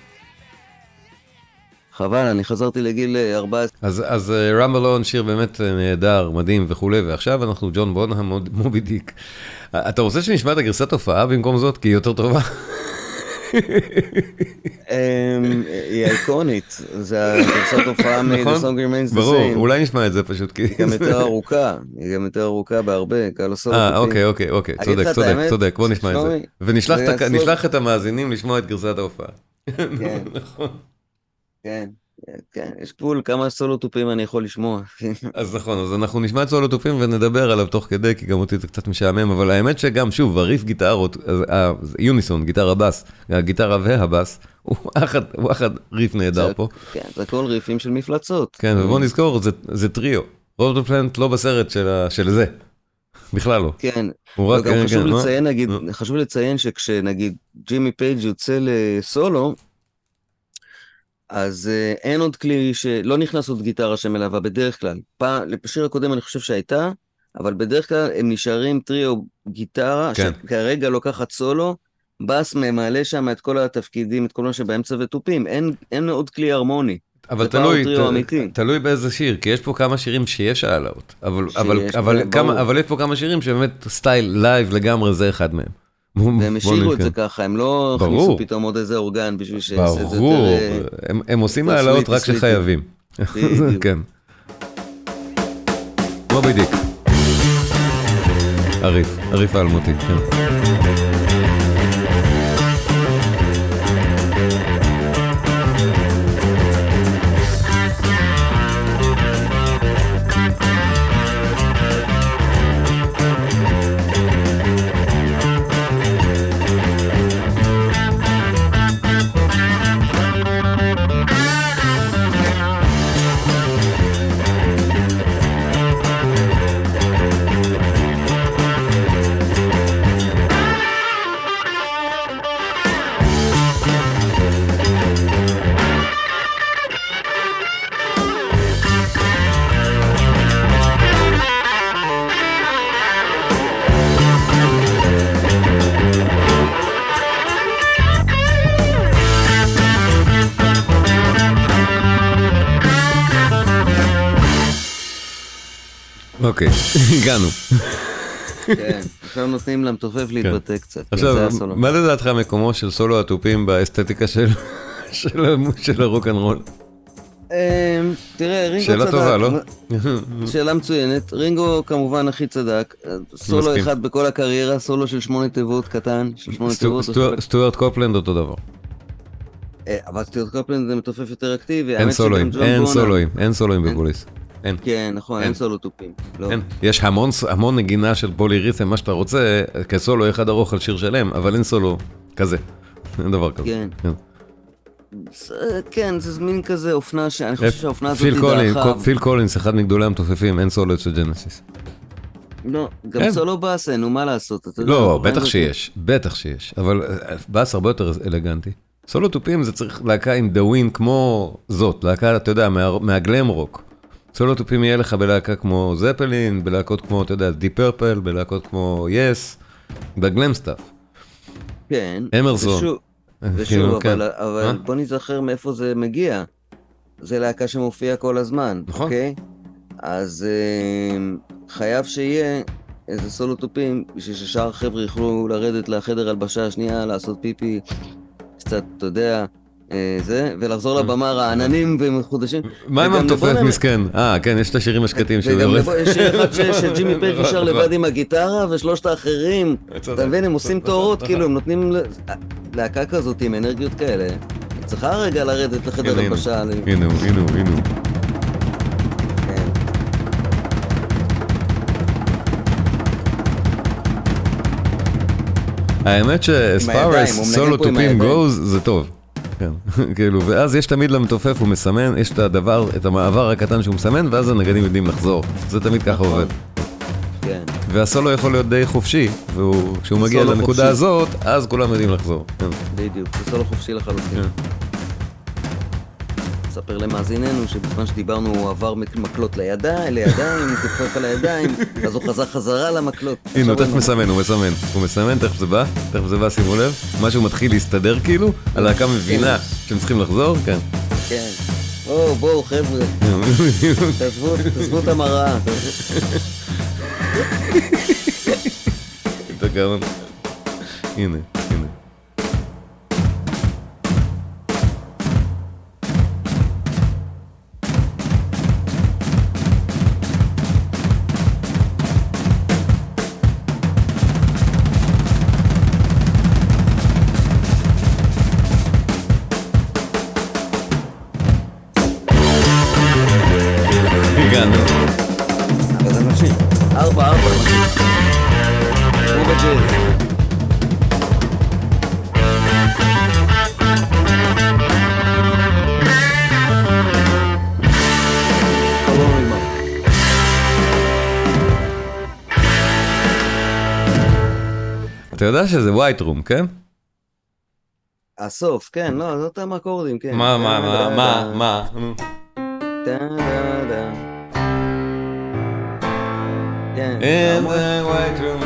Speaker 2: חבל, אני חזרתי לגיל ארבע עשרה.
Speaker 1: אז, אז רמבל און שיר באמת נהדר, מדהים וכו', ועכשיו אנחנו ג'ון בונהאם מובי דיק. אתה רוצה שנשמע את הגרסת הופעה במקום זאת, כי היא יותר טובה?
Speaker 2: היא אייקונית, זה הגרסת הופעה מ-The Song Remains the Same.
Speaker 1: ברור, אולי נשמע את זה פשוט.
Speaker 2: היא גם יותר ארוכה, היא גם יותר ארוכה בהרבה, כאלה סולו טופים.
Speaker 1: אה, אוקיי, אוקיי, אוקיי, צודק, צודק, צודק, בוא נשמע את זה. ונשלח את המאזינים לשמוע את גרסת ההופעה.
Speaker 2: כן, כן. כן, יש גבול כמה סולו טופים אני יכול לשמוע.
Speaker 1: אז נכון, אז אנחנו נשמע את סולו טופים ונדבר עליו תוך כדי, כי גם אותי זה קצת משעמם, אבל האמת שגם, שוב, הריף גיטרות, יוניסון, גיטרה בס, הגיטרה והבס, הוא אחד ריף נהדר פה.
Speaker 2: כן, זה הכל ריפים של מפלצות.
Speaker 1: כן, ובוא נזכור, זה טריו. רוב הפלנט לא בסרט של זה. בכלל לא.
Speaker 2: כן, וגם חשוב לציין, נגיד, חשוב לציין שכשנגיד ג'ימי פייג' יוצא לסולו, אז uh, אין עוד כלי שלא נכנס עוד גיטרה שמלווה בדרך כלל. פעם, בשיר הקודם אני חושב שהייתה, אבל בדרך כלל הם נשארים טריו גיטרה, כן. שכרגע לוקחת סולו, בס ממלא שם את כל התפקידים, את כל מה שבאמצע וטופים, אין, אין עוד כלי הרמוני.
Speaker 1: אבל תלוי, ת, תלוי באיזה שיר, כי יש פה כמה שירים שיש העלות, אבל, אבל, אבל, כמה, אבל יש פה כמה שירים שבאמת סטייל לייב לגמרי זה אחד מהם.
Speaker 2: והם השאירו את זה ככה, הם לא הכניסו פתאום עוד איזה אורגן בשביל שיעשה את זה יותר...
Speaker 1: הם עושים העלות רק שחייבים. כן. מובי דיק. עריף, עריף האלמותי, כן. אוקיי, הגענו.
Speaker 2: כן, עכשיו נותנים למתופף להתבטא קצת.
Speaker 1: עכשיו, מה לדעתך מקומו של סולו הטופים באסתטיקה של הרוק אנד רול?
Speaker 2: תראה, רינגו צדק.
Speaker 1: שאלה טובה, לא?
Speaker 2: שאלה מצוינת. רינגו כמובן הכי צדק. סולו אחד בכל הקריירה, סולו של שמונה תיבות קטן, של שמונה תיבות.
Speaker 1: סטוארט קופלנד אותו דבר.
Speaker 2: אבל סטוארט קופלנד זה מתופף יותר אקטיבי.
Speaker 1: אין סולואים, אין סולואים, אין סולואים בבוליס. אין.
Speaker 2: כן, נכון, אין סולו טופים.
Speaker 1: אין. יש המון, המון נגינה של פוליריתם, מה שאתה רוצה, כסולו אחד ארוך על שיר שלם, אבל אין סולו כזה. אין דבר כזה. כן.
Speaker 2: כן, זה מין כזה אופנה, שאני חושב שהאופנה הזאת היא דעכה.
Speaker 1: פיל קולינס, אחד מגדולי המתופפים, אין סולו של ג'נסיס.
Speaker 2: לא, גם סולו באס אין, הוא מה לעשות?
Speaker 1: לא, בטח שיש, בטח שיש, אבל באס הרבה יותר אלגנטי. סולו טופים זה צריך להקה עם דווין כמו זאת, להקה, אתה יודע, מהגלם רוק. סולו טופים יהיה לך בלהקה כמו זפלין, בלהקות כמו, אתה יודע, די פרפל, בלהקות כמו יס, בגלם סטאפ.
Speaker 2: כן.
Speaker 1: אמרסון.
Speaker 2: ושוב, אבל בוא נזכר מאיפה זה מגיע. זה להקה שמופיע כל הזמן, אוקיי? אז חייב שיהיה איזה סולו טופים, בשביל ששאר החבר'ה יוכלו לרדת לחדר הלבשה השנייה, לעשות פיפי, קצת, אתה יודע... זה, ולחזור לבמה רעננים ומחודשים.
Speaker 1: מה עם המתופף מסכן? אה, כן, יש את השירים השקטים שהוא יורד.
Speaker 2: וגם יש שיר אחד שג'ימי פייג' נשאר לבד עם הגיטרה, ושלושת האחרים, אתה מבין, הם עושים תאורות, כאילו, הם נותנים להקה כזאת עם אנרגיות כאלה. צריכה רגע לרדת לחדר הלבשה.
Speaker 1: הנה הוא, הנה הוא, הנה הוא. האמת ש-as far as solo tupim goes, זה טוב. כן, כאילו, ואז יש תמיד למתופף, הוא מסמן, יש את הדבר, את המעבר הקטן שהוא מסמן, ואז הנגנים יודעים לחזור. זה תמיד ככה עובד.
Speaker 2: כן.
Speaker 1: והסולו יכול להיות די חופשי, וכשהוא מגיע לנקודה הזאת, אז כולם יודעים לחזור.
Speaker 2: בדיוק, זה סולו חופשי לחלוטין. ספר למאזיננו שבזמן שדיברנו הוא עבר מקלות לידיים, לידיים, תופף על הידיים, אז הוא חזר חזרה למקלות.
Speaker 1: הנה, הוא תכף מסמן, הוא מסמן. הוא מסמן, תכף זה בא, תכף זה בא, שימו לב. משהו מתחיל להסתדר כאילו, הלהקה מבינה שהם צריכים לחזור, כן.
Speaker 2: כן. או, בואו חבר'ה. תעזבו את המראה.
Speaker 1: את הגאון. הנה, הנה. הגענו.
Speaker 2: אבל זה נמשיך. ארבע, ארבע, נמשיך. כמו בג'אז.
Speaker 1: אתה יודע שזה ווייט רום, כן?
Speaker 2: הסוף, כן, לא, זה אותם אקורדים, כן.
Speaker 1: מה, מה, מה, מה, מה?
Speaker 2: דה דה דה. כן.
Speaker 1: In the white room.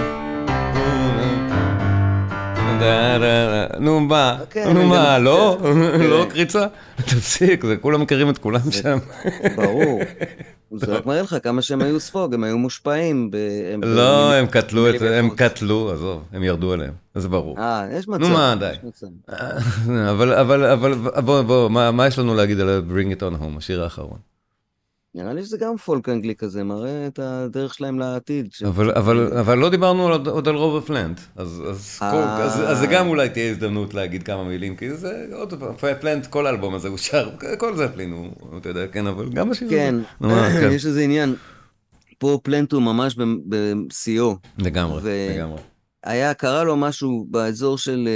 Speaker 1: דה דה דה. נו מה, נו מה, לא? לא קריצה? תפסיק, זה כולם מכירים את כולם שם.
Speaker 2: ברור. זה רק מראה לך כמה שהם היו ספוג, הם היו מושפעים.
Speaker 1: לא, הם קטלו את זה, הם קטלו, עזוב, הם ירדו עליהם, אז ברור.
Speaker 2: אה, יש מצב.
Speaker 1: נו מה, די. אבל, אבל, אבל, בוא, בוא, מה יש לנו להגיד על Bring It On Home, השיר האחרון?
Speaker 2: נראה לי שזה גם פולק אנגלי כזה, מראה את הדרך שלהם לעתיד.
Speaker 1: אבל, אבל, אבל לא דיברנו עוד על רוב הפלנט, אז, אז, כל, אז, אז זה גם אולי תהיה הזדמנות להגיד כמה מילים, כי זה עוד פעם, פלנט, כל האלבום הזה הוא שר, כל זה פלינו, אתה יודע, כן, אבל גם השיר הזה.
Speaker 2: כן, כן. יש איזה עניין, פה פלנט הוא ממש בשיאו.
Speaker 1: לגמרי, לגמרי.
Speaker 2: היה, קרה לו משהו באזור של,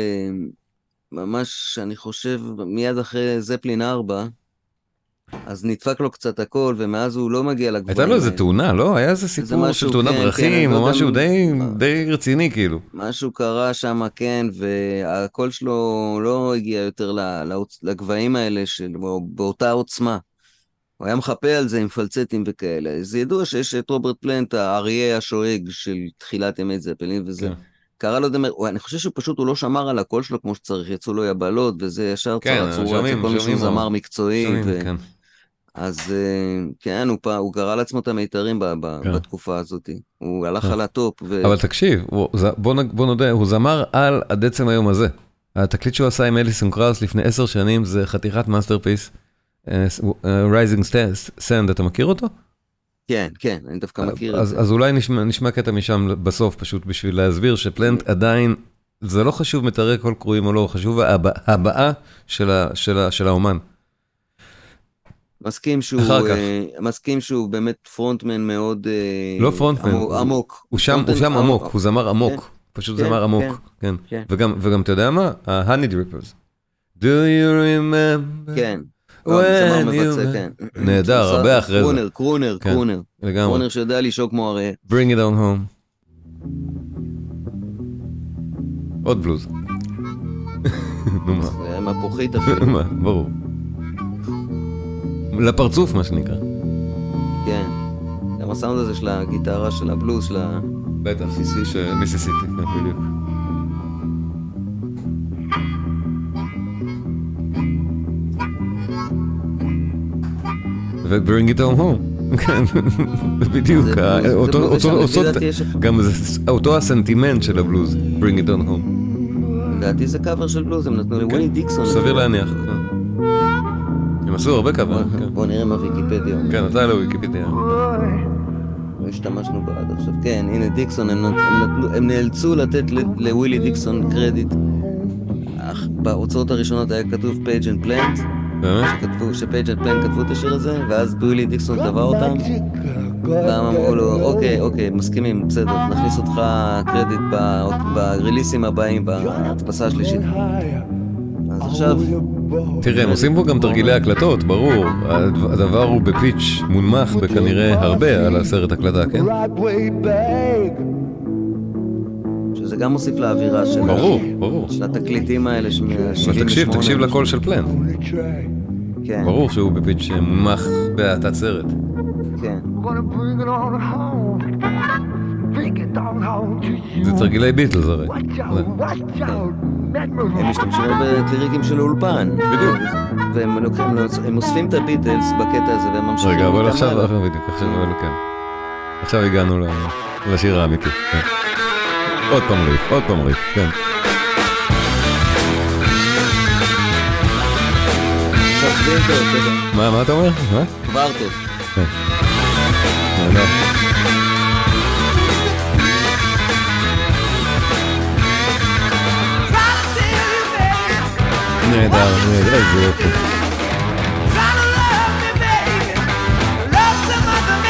Speaker 2: ממש, אני חושב, מיד אחרי זפלין ארבע, אז נדפק לו קצת הכל, ומאז הוא לא מגיע לגבוהים.
Speaker 1: הייתה לו איזה תאונה, לא? היה איזה סיפור של תאונת דרכים, או משהו די רציני, כאילו.
Speaker 2: משהו קרה שם, כן, והקול שלו לא הגיע יותר לגבהים האלה, באותה עוצמה. הוא היה מחפה על זה עם פלצטים וכאלה. זה ידוע שיש את רוברט פלנט, האריה השואג של תחילת ימי זפלין, וזה... קרא לו דמר, אני חושב שפשוט הוא לא שמר על הקול שלו כמו שצריך, יצאו לו יבלות, וזה ישר צורה צורה, כל מישהו זמר מקצועי. אז כן, הוא קרא לעצמו את המיתרים בתקופה הזאת. הוא הלך על הטופ.
Speaker 1: אבל תקשיב, בוא נודה, הוא זמר על עד עצם היום הזה. התקליט שהוא עשה עם אליסון קראוס לפני עשר שנים, זה חתיכת מאסטרפיס. Rising Sand, אתה מכיר אותו?
Speaker 2: כן, כן, אני דווקא מכיר את זה.
Speaker 1: אז אולי נשמע קטע משם בסוף, פשוט בשביל להסביר שפלנט עדיין, זה לא חשוב מתארי כל קרואים או לא, חשוב הבאה של האומן.
Speaker 2: מסכים שהוא, מסכים שהוא באמת פרונטמן מאוד
Speaker 1: לא פרונטמן,
Speaker 2: עמוק.
Speaker 1: הוא שם עמוק, הוא זמר עמוק, פשוט זמר עמוק, כן. וגם אתה יודע מה? ה-Honey Drippers. Do you remember?
Speaker 2: כן.
Speaker 1: נהדר, הרבה אחרי זה.
Speaker 2: קרונר, קרונר, קרונר. קרונר שיודע לשאול כמו הרי.
Speaker 1: Bring it on home. עוד בלוז. נו מה.
Speaker 2: זה מפוחית אפילו.
Speaker 1: מה, ברור. לפרצוף מה שנקרא.
Speaker 2: כן. גם הסאונד הזה של הגיטרה, של הבלוז, של ה...
Speaker 1: בטח, מיסיסיפי, בדיוק. ו-Bring it on home. בדיוק. גם אותו הסנטימנט של הבלוז, Bring it on home.
Speaker 2: לדעתי זה קאבר של בלוז, הם נתנו לווילי דיקסון.
Speaker 1: סביר להניח. הם עשו הרבה קאבר.
Speaker 2: בוא נראה מה ויקיפדיה.
Speaker 1: כן, אתה לא ויקיפדיה.
Speaker 2: לא השתמשנו בעד עכשיו. כן, הנה דיקסון, הם נאלצו לתת לווילי דיקסון קרדיט. בהוצאות הראשונות היה כתוב Page and Plant.
Speaker 1: באמת?
Speaker 2: שפייג' אנד פלן כתבו את השיר הזה, ואז ווילי דיקסון טבע אותם, והם אמרו לו, אוקיי, אוקיי, מסכימים, בסדר, נכניס אותך קרדיט בריליסים הבאים, בהדפסה השלישית. אז עכשיו...
Speaker 1: תראה, הם עושים פה גם תרגילי הקלטות, ברור, הדבר הוא בפיץ' מונמך בכנראה הרבה על הסרט הקלטה, כן?
Speaker 2: שזה גם מוסיף לאווירה של...
Speaker 1: ברור, ברור.
Speaker 2: של התקליטים האלה, שבעים ושמונה.
Speaker 1: תקשיב, תקשיב לקול של פלן.
Speaker 2: כן.
Speaker 1: ברור שהוא בפיץ' מונמך בהתת סרט.
Speaker 2: כן.
Speaker 1: זה תרגילי ביטלס הרי.
Speaker 2: הם משתמשים בקליריקים של האולפן.
Speaker 1: בדיוק.
Speaker 2: והם אוספים את הביטלס בקטע הזה, והם ממשיכים...
Speaker 1: רגע, אבל עכשיו, בדיוק, עכשיו, אבל כן. עכשיו הגענו לשיר האמיתי. עוד פעם ריף, עוד פעם ריף, כן. מה, מה אתה אומר? מה?
Speaker 2: כבר טוב.
Speaker 1: כן. נהדר. נהדר, נהדר, איזה יופי.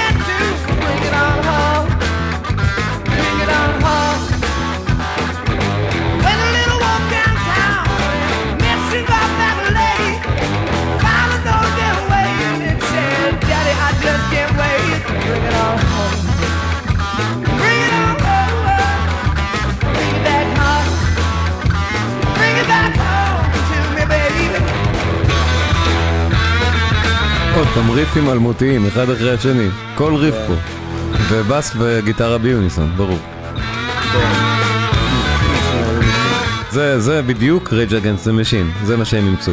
Speaker 1: גם ריפים אלמותיים, אחד אחרי השני. כל ריף פה. ובאס וגיטרה ביוניסון, ברור. זה, זה בדיוק Rage Against the Machine, זה מה שהם ימצאו.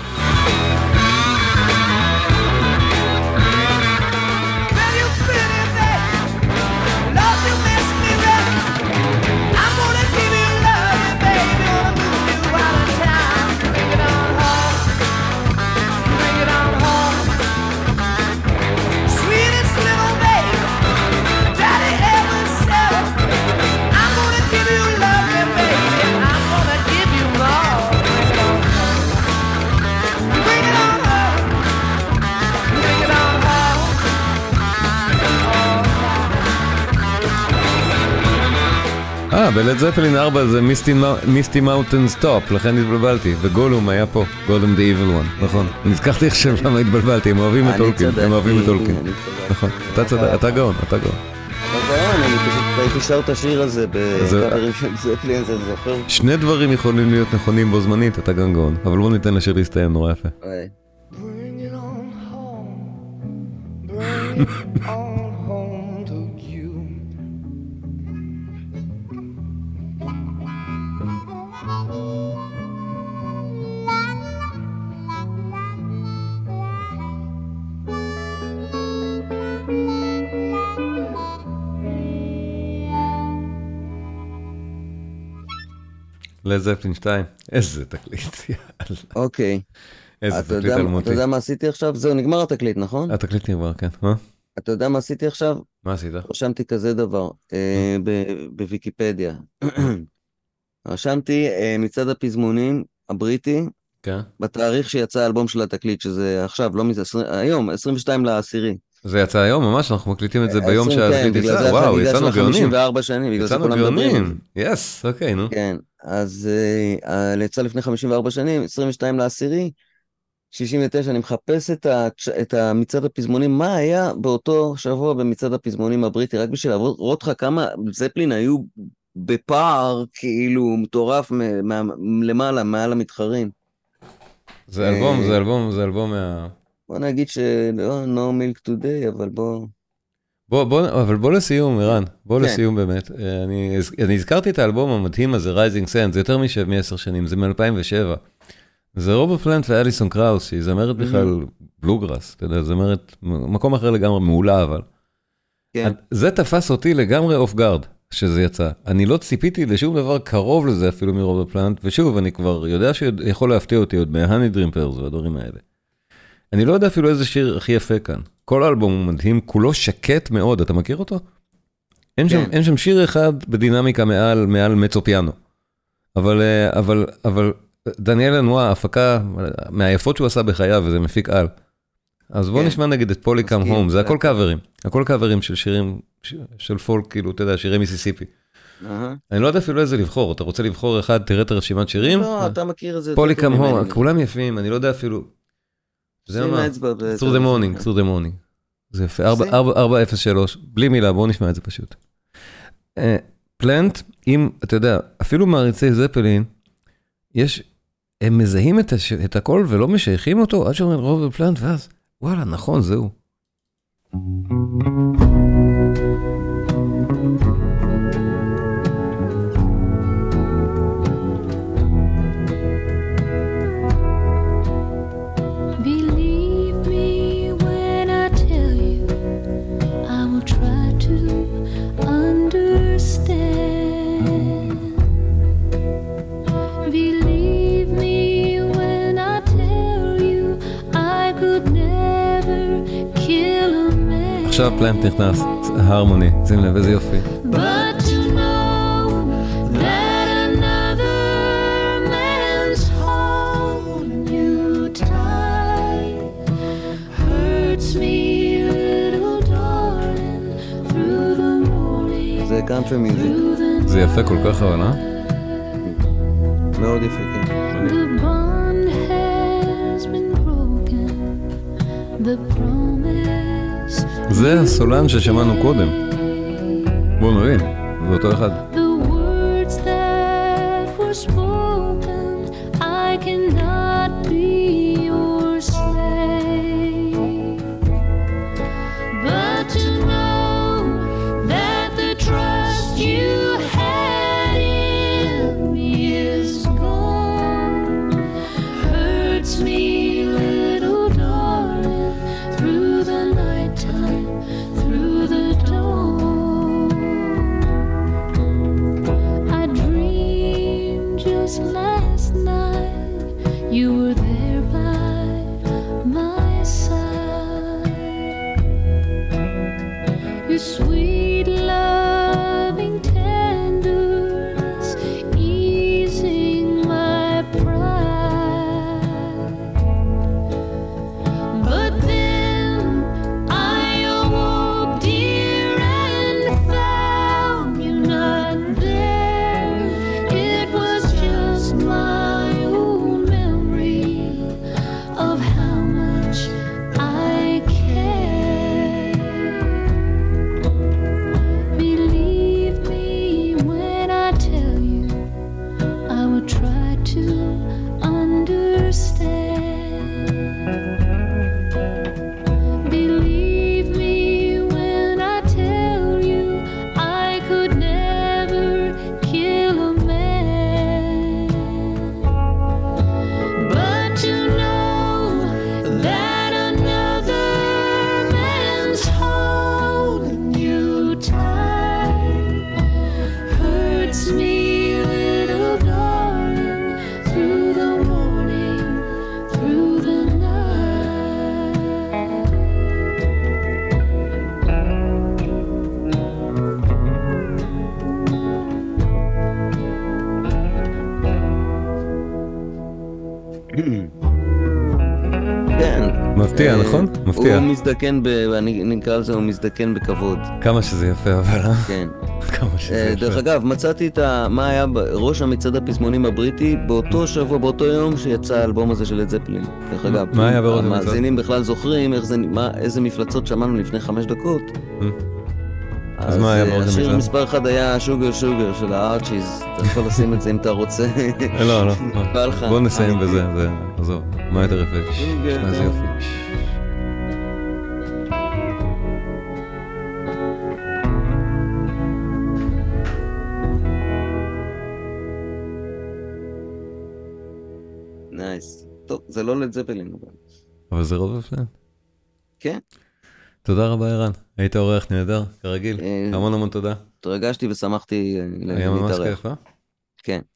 Speaker 1: אה, בלד זפלין ארבע זה מיסטי מאונטנס טופ, לכן התבלבלתי, וגולום היה פה, גולום דה איבל וואן, נכון. נזכרתי עכשיו למה התבלבלתי, הם אוהבים את טולקין, הם אוהבים את טולקין. נכון, אתה צדק, אתה גאון, אתה גאון.
Speaker 2: אתה גאון, אני פשוט הייתי שר את השיר הזה בקאברים של זפלין, זה זוכר.
Speaker 1: שני דברים יכולים להיות נכונים בו זמנית, אתה גם גאון, אבל בוא ניתן לשיר להסתיים, נורא יפה.
Speaker 3: Bring it on home, bring it on home to you.
Speaker 1: לד זפלין שתיים, איזה תקליט, יאללה.
Speaker 2: אוקיי.
Speaker 1: איזה תקליט אלמותי.
Speaker 2: אתה יודע מה עשיתי עכשיו? זהו, נגמר התקליט, נכון?
Speaker 1: התקליט נגמר, כן. מה?
Speaker 2: אתה יודע מה עשיתי עכשיו?
Speaker 1: מה עשית?
Speaker 2: רשמתי כזה דבר, בוויקיפדיה. רשמתי מצעד הפזמונים הבריטי, בתאריך שיצא האלבום של התקליט, שזה עכשיו, לא מזה, היום, עשרים ושתיים לעשירי.
Speaker 1: זה יצא היום ממש, אנחנו מקליטים את זה ביום שהתקליט יצא, וואו, יצאנו גאונים.
Speaker 2: חמישים וארבע שנים, בגלל זה כולם מדברים.
Speaker 1: יס, אוקיי, נו.
Speaker 2: כן, אז יצא לפני חמישים וארבע שנים, עשרים ושתיים לעשירי, שישים ותשע, אני מחפש את המצעד הפזמונים, מה היה באותו שבוע במצעד הפזמונים הבריטי, רק בשביל לראות לך כמה זפלין היו בפער, כאילו, מטורף למעלה, מעל המתחרים.
Speaker 1: זה אלבום, זה אלבום, זה אלבום מה...
Speaker 2: בוא נגיד שלא, no milk today, אבל בוא...
Speaker 1: בוא, בוא, אבל בוא לסיום, ערן, בוא כן. לסיום באמת. אני, אני הזכרתי את האלבום המדהים הזה, Rising Sun, זה יותר מ-עשר שנים, זה מ-אלפיים ושבע. זה רוברט פלנט ואליסון קראוס, היא זמרת בכלל בלוגראס, אתה יודע, זמרת, מקום אחר לגמרי, מעולה אבל. כן. זה תפס אותי לגמרי אוף גארד, שזה יצא. אני לא ציפיתי לשום דבר קרוב לזה אפילו מרוברט פלנט, ושוב, אני כבר יודע שיכול להפתיע אותי עוד מה-Honey Drimpers והדברים האלה. אני לא יודע אפילו איזה שיר הכי יפה כאן. כל האלבום הוא מדהים, כולו שקט מאוד, אתה מכיר אותו? אין, כן. שם, אין שם שיר אחד בדינמיקה מעל, מעל מצו פיאנו. אבל, אבל, אבל דניאל אנואה, הפקה מהיפות שהוא עשה בחייו, וזה מפיק על. אז בוא כן. נשמע נגיד את פולי קאם הום, זה הכל קאברים. הכל קאברים של שירים, של פולק, כאילו, אתה יודע, שירי מיסיסיפי. Uh-huh. אני לא יודע אפילו איזה לבחור, אתה רוצה לבחור אחד, תראה את הרשימת שירים?
Speaker 2: לא, אתה מכיר את זה.
Speaker 1: פולי קאם הום, כולם יפים, אני לא יודע אפילו... זה מה? through the morning, through the morning. זה יפה, ארבע אפס שלוש, בלי מילה, בואו נשמע את זה פשוט. פלנט, אם, אתה יודע, אפילו מעריצי זפלין, יש, הם מזהים את הכל ולא משייכים אותו, עד שאומרים רוב בפלנט, ואז, וואלה, נכון, זהו. עכשיו פלנט נכנס, ההרמוני, שים לב, איזה יופי.
Speaker 2: זה קאנטרי מיוזיק.
Speaker 1: זה יפה כל כך, אבל, אה?
Speaker 2: מאוד יפה, כן.
Speaker 1: זה הסולן ששמענו קודם. בואו נראים, זה אותו אחד.
Speaker 4: your sweet loving tenderness, easing my pride. But then I awoke, dear, and found you not there. It was just my old memory of how much I care. Believe me when I tell you I would try to understand. Believe me when I tell you I could never kill a man. But to know that another man's holding you tight hurts me, little darling, through the morning, through the night.
Speaker 2: כן.
Speaker 1: מפתיע,
Speaker 2: אה,
Speaker 1: נכון? מפתיע.
Speaker 2: הוא מזדקן, ב... אני נקרא לזה, הוא מזדקן בכבוד.
Speaker 1: כמה שזה יפה, אבל, אה?
Speaker 2: כן.
Speaker 1: כמה שזה
Speaker 2: אה,
Speaker 1: יפה.
Speaker 2: דרך אגב, מצאתי את ה... מה היה בראש המצעד הפזמונים הבריטי באותו שבוע, באותו יום שיצא האלבום הזה של לד זפלין. דרך אגב,
Speaker 1: מה היה בראש המצעד?
Speaker 2: המאזינים בכלל זוכרים איך זה, מה, איזה מפלצות שמענו לפני חמש דקות.
Speaker 1: אז מה היה בראש
Speaker 2: השיר
Speaker 1: המצעד?
Speaker 2: מספר אחד היה שוגר שוגר של הארצ'יז. אתה יכול לשים את זה אם אתה רוצה.
Speaker 1: לא, לא.
Speaker 2: בא לך.
Speaker 1: בוא נסיים בזה, זה, עזוב. מה יותר יפה? שמע איזה יופי.
Speaker 2: נייס. טוב, זה לא לד זפלין. אבל.
Speaker 1: אבל זה רוב הפלן.
Speaker 2: כן.
Speaker 1: תודה רבה, ערן. היית אורח נהדר, כרגיל.
Speaker 2: אה,
Speaker 1: המון המון תודה.
Speaker 2: התרגשתי ושמחתי אה,
Speaker 1: היה ממש
Speaker 2: להתארח.
Speaker 1: כיף, אה?
Speaker 2: כן.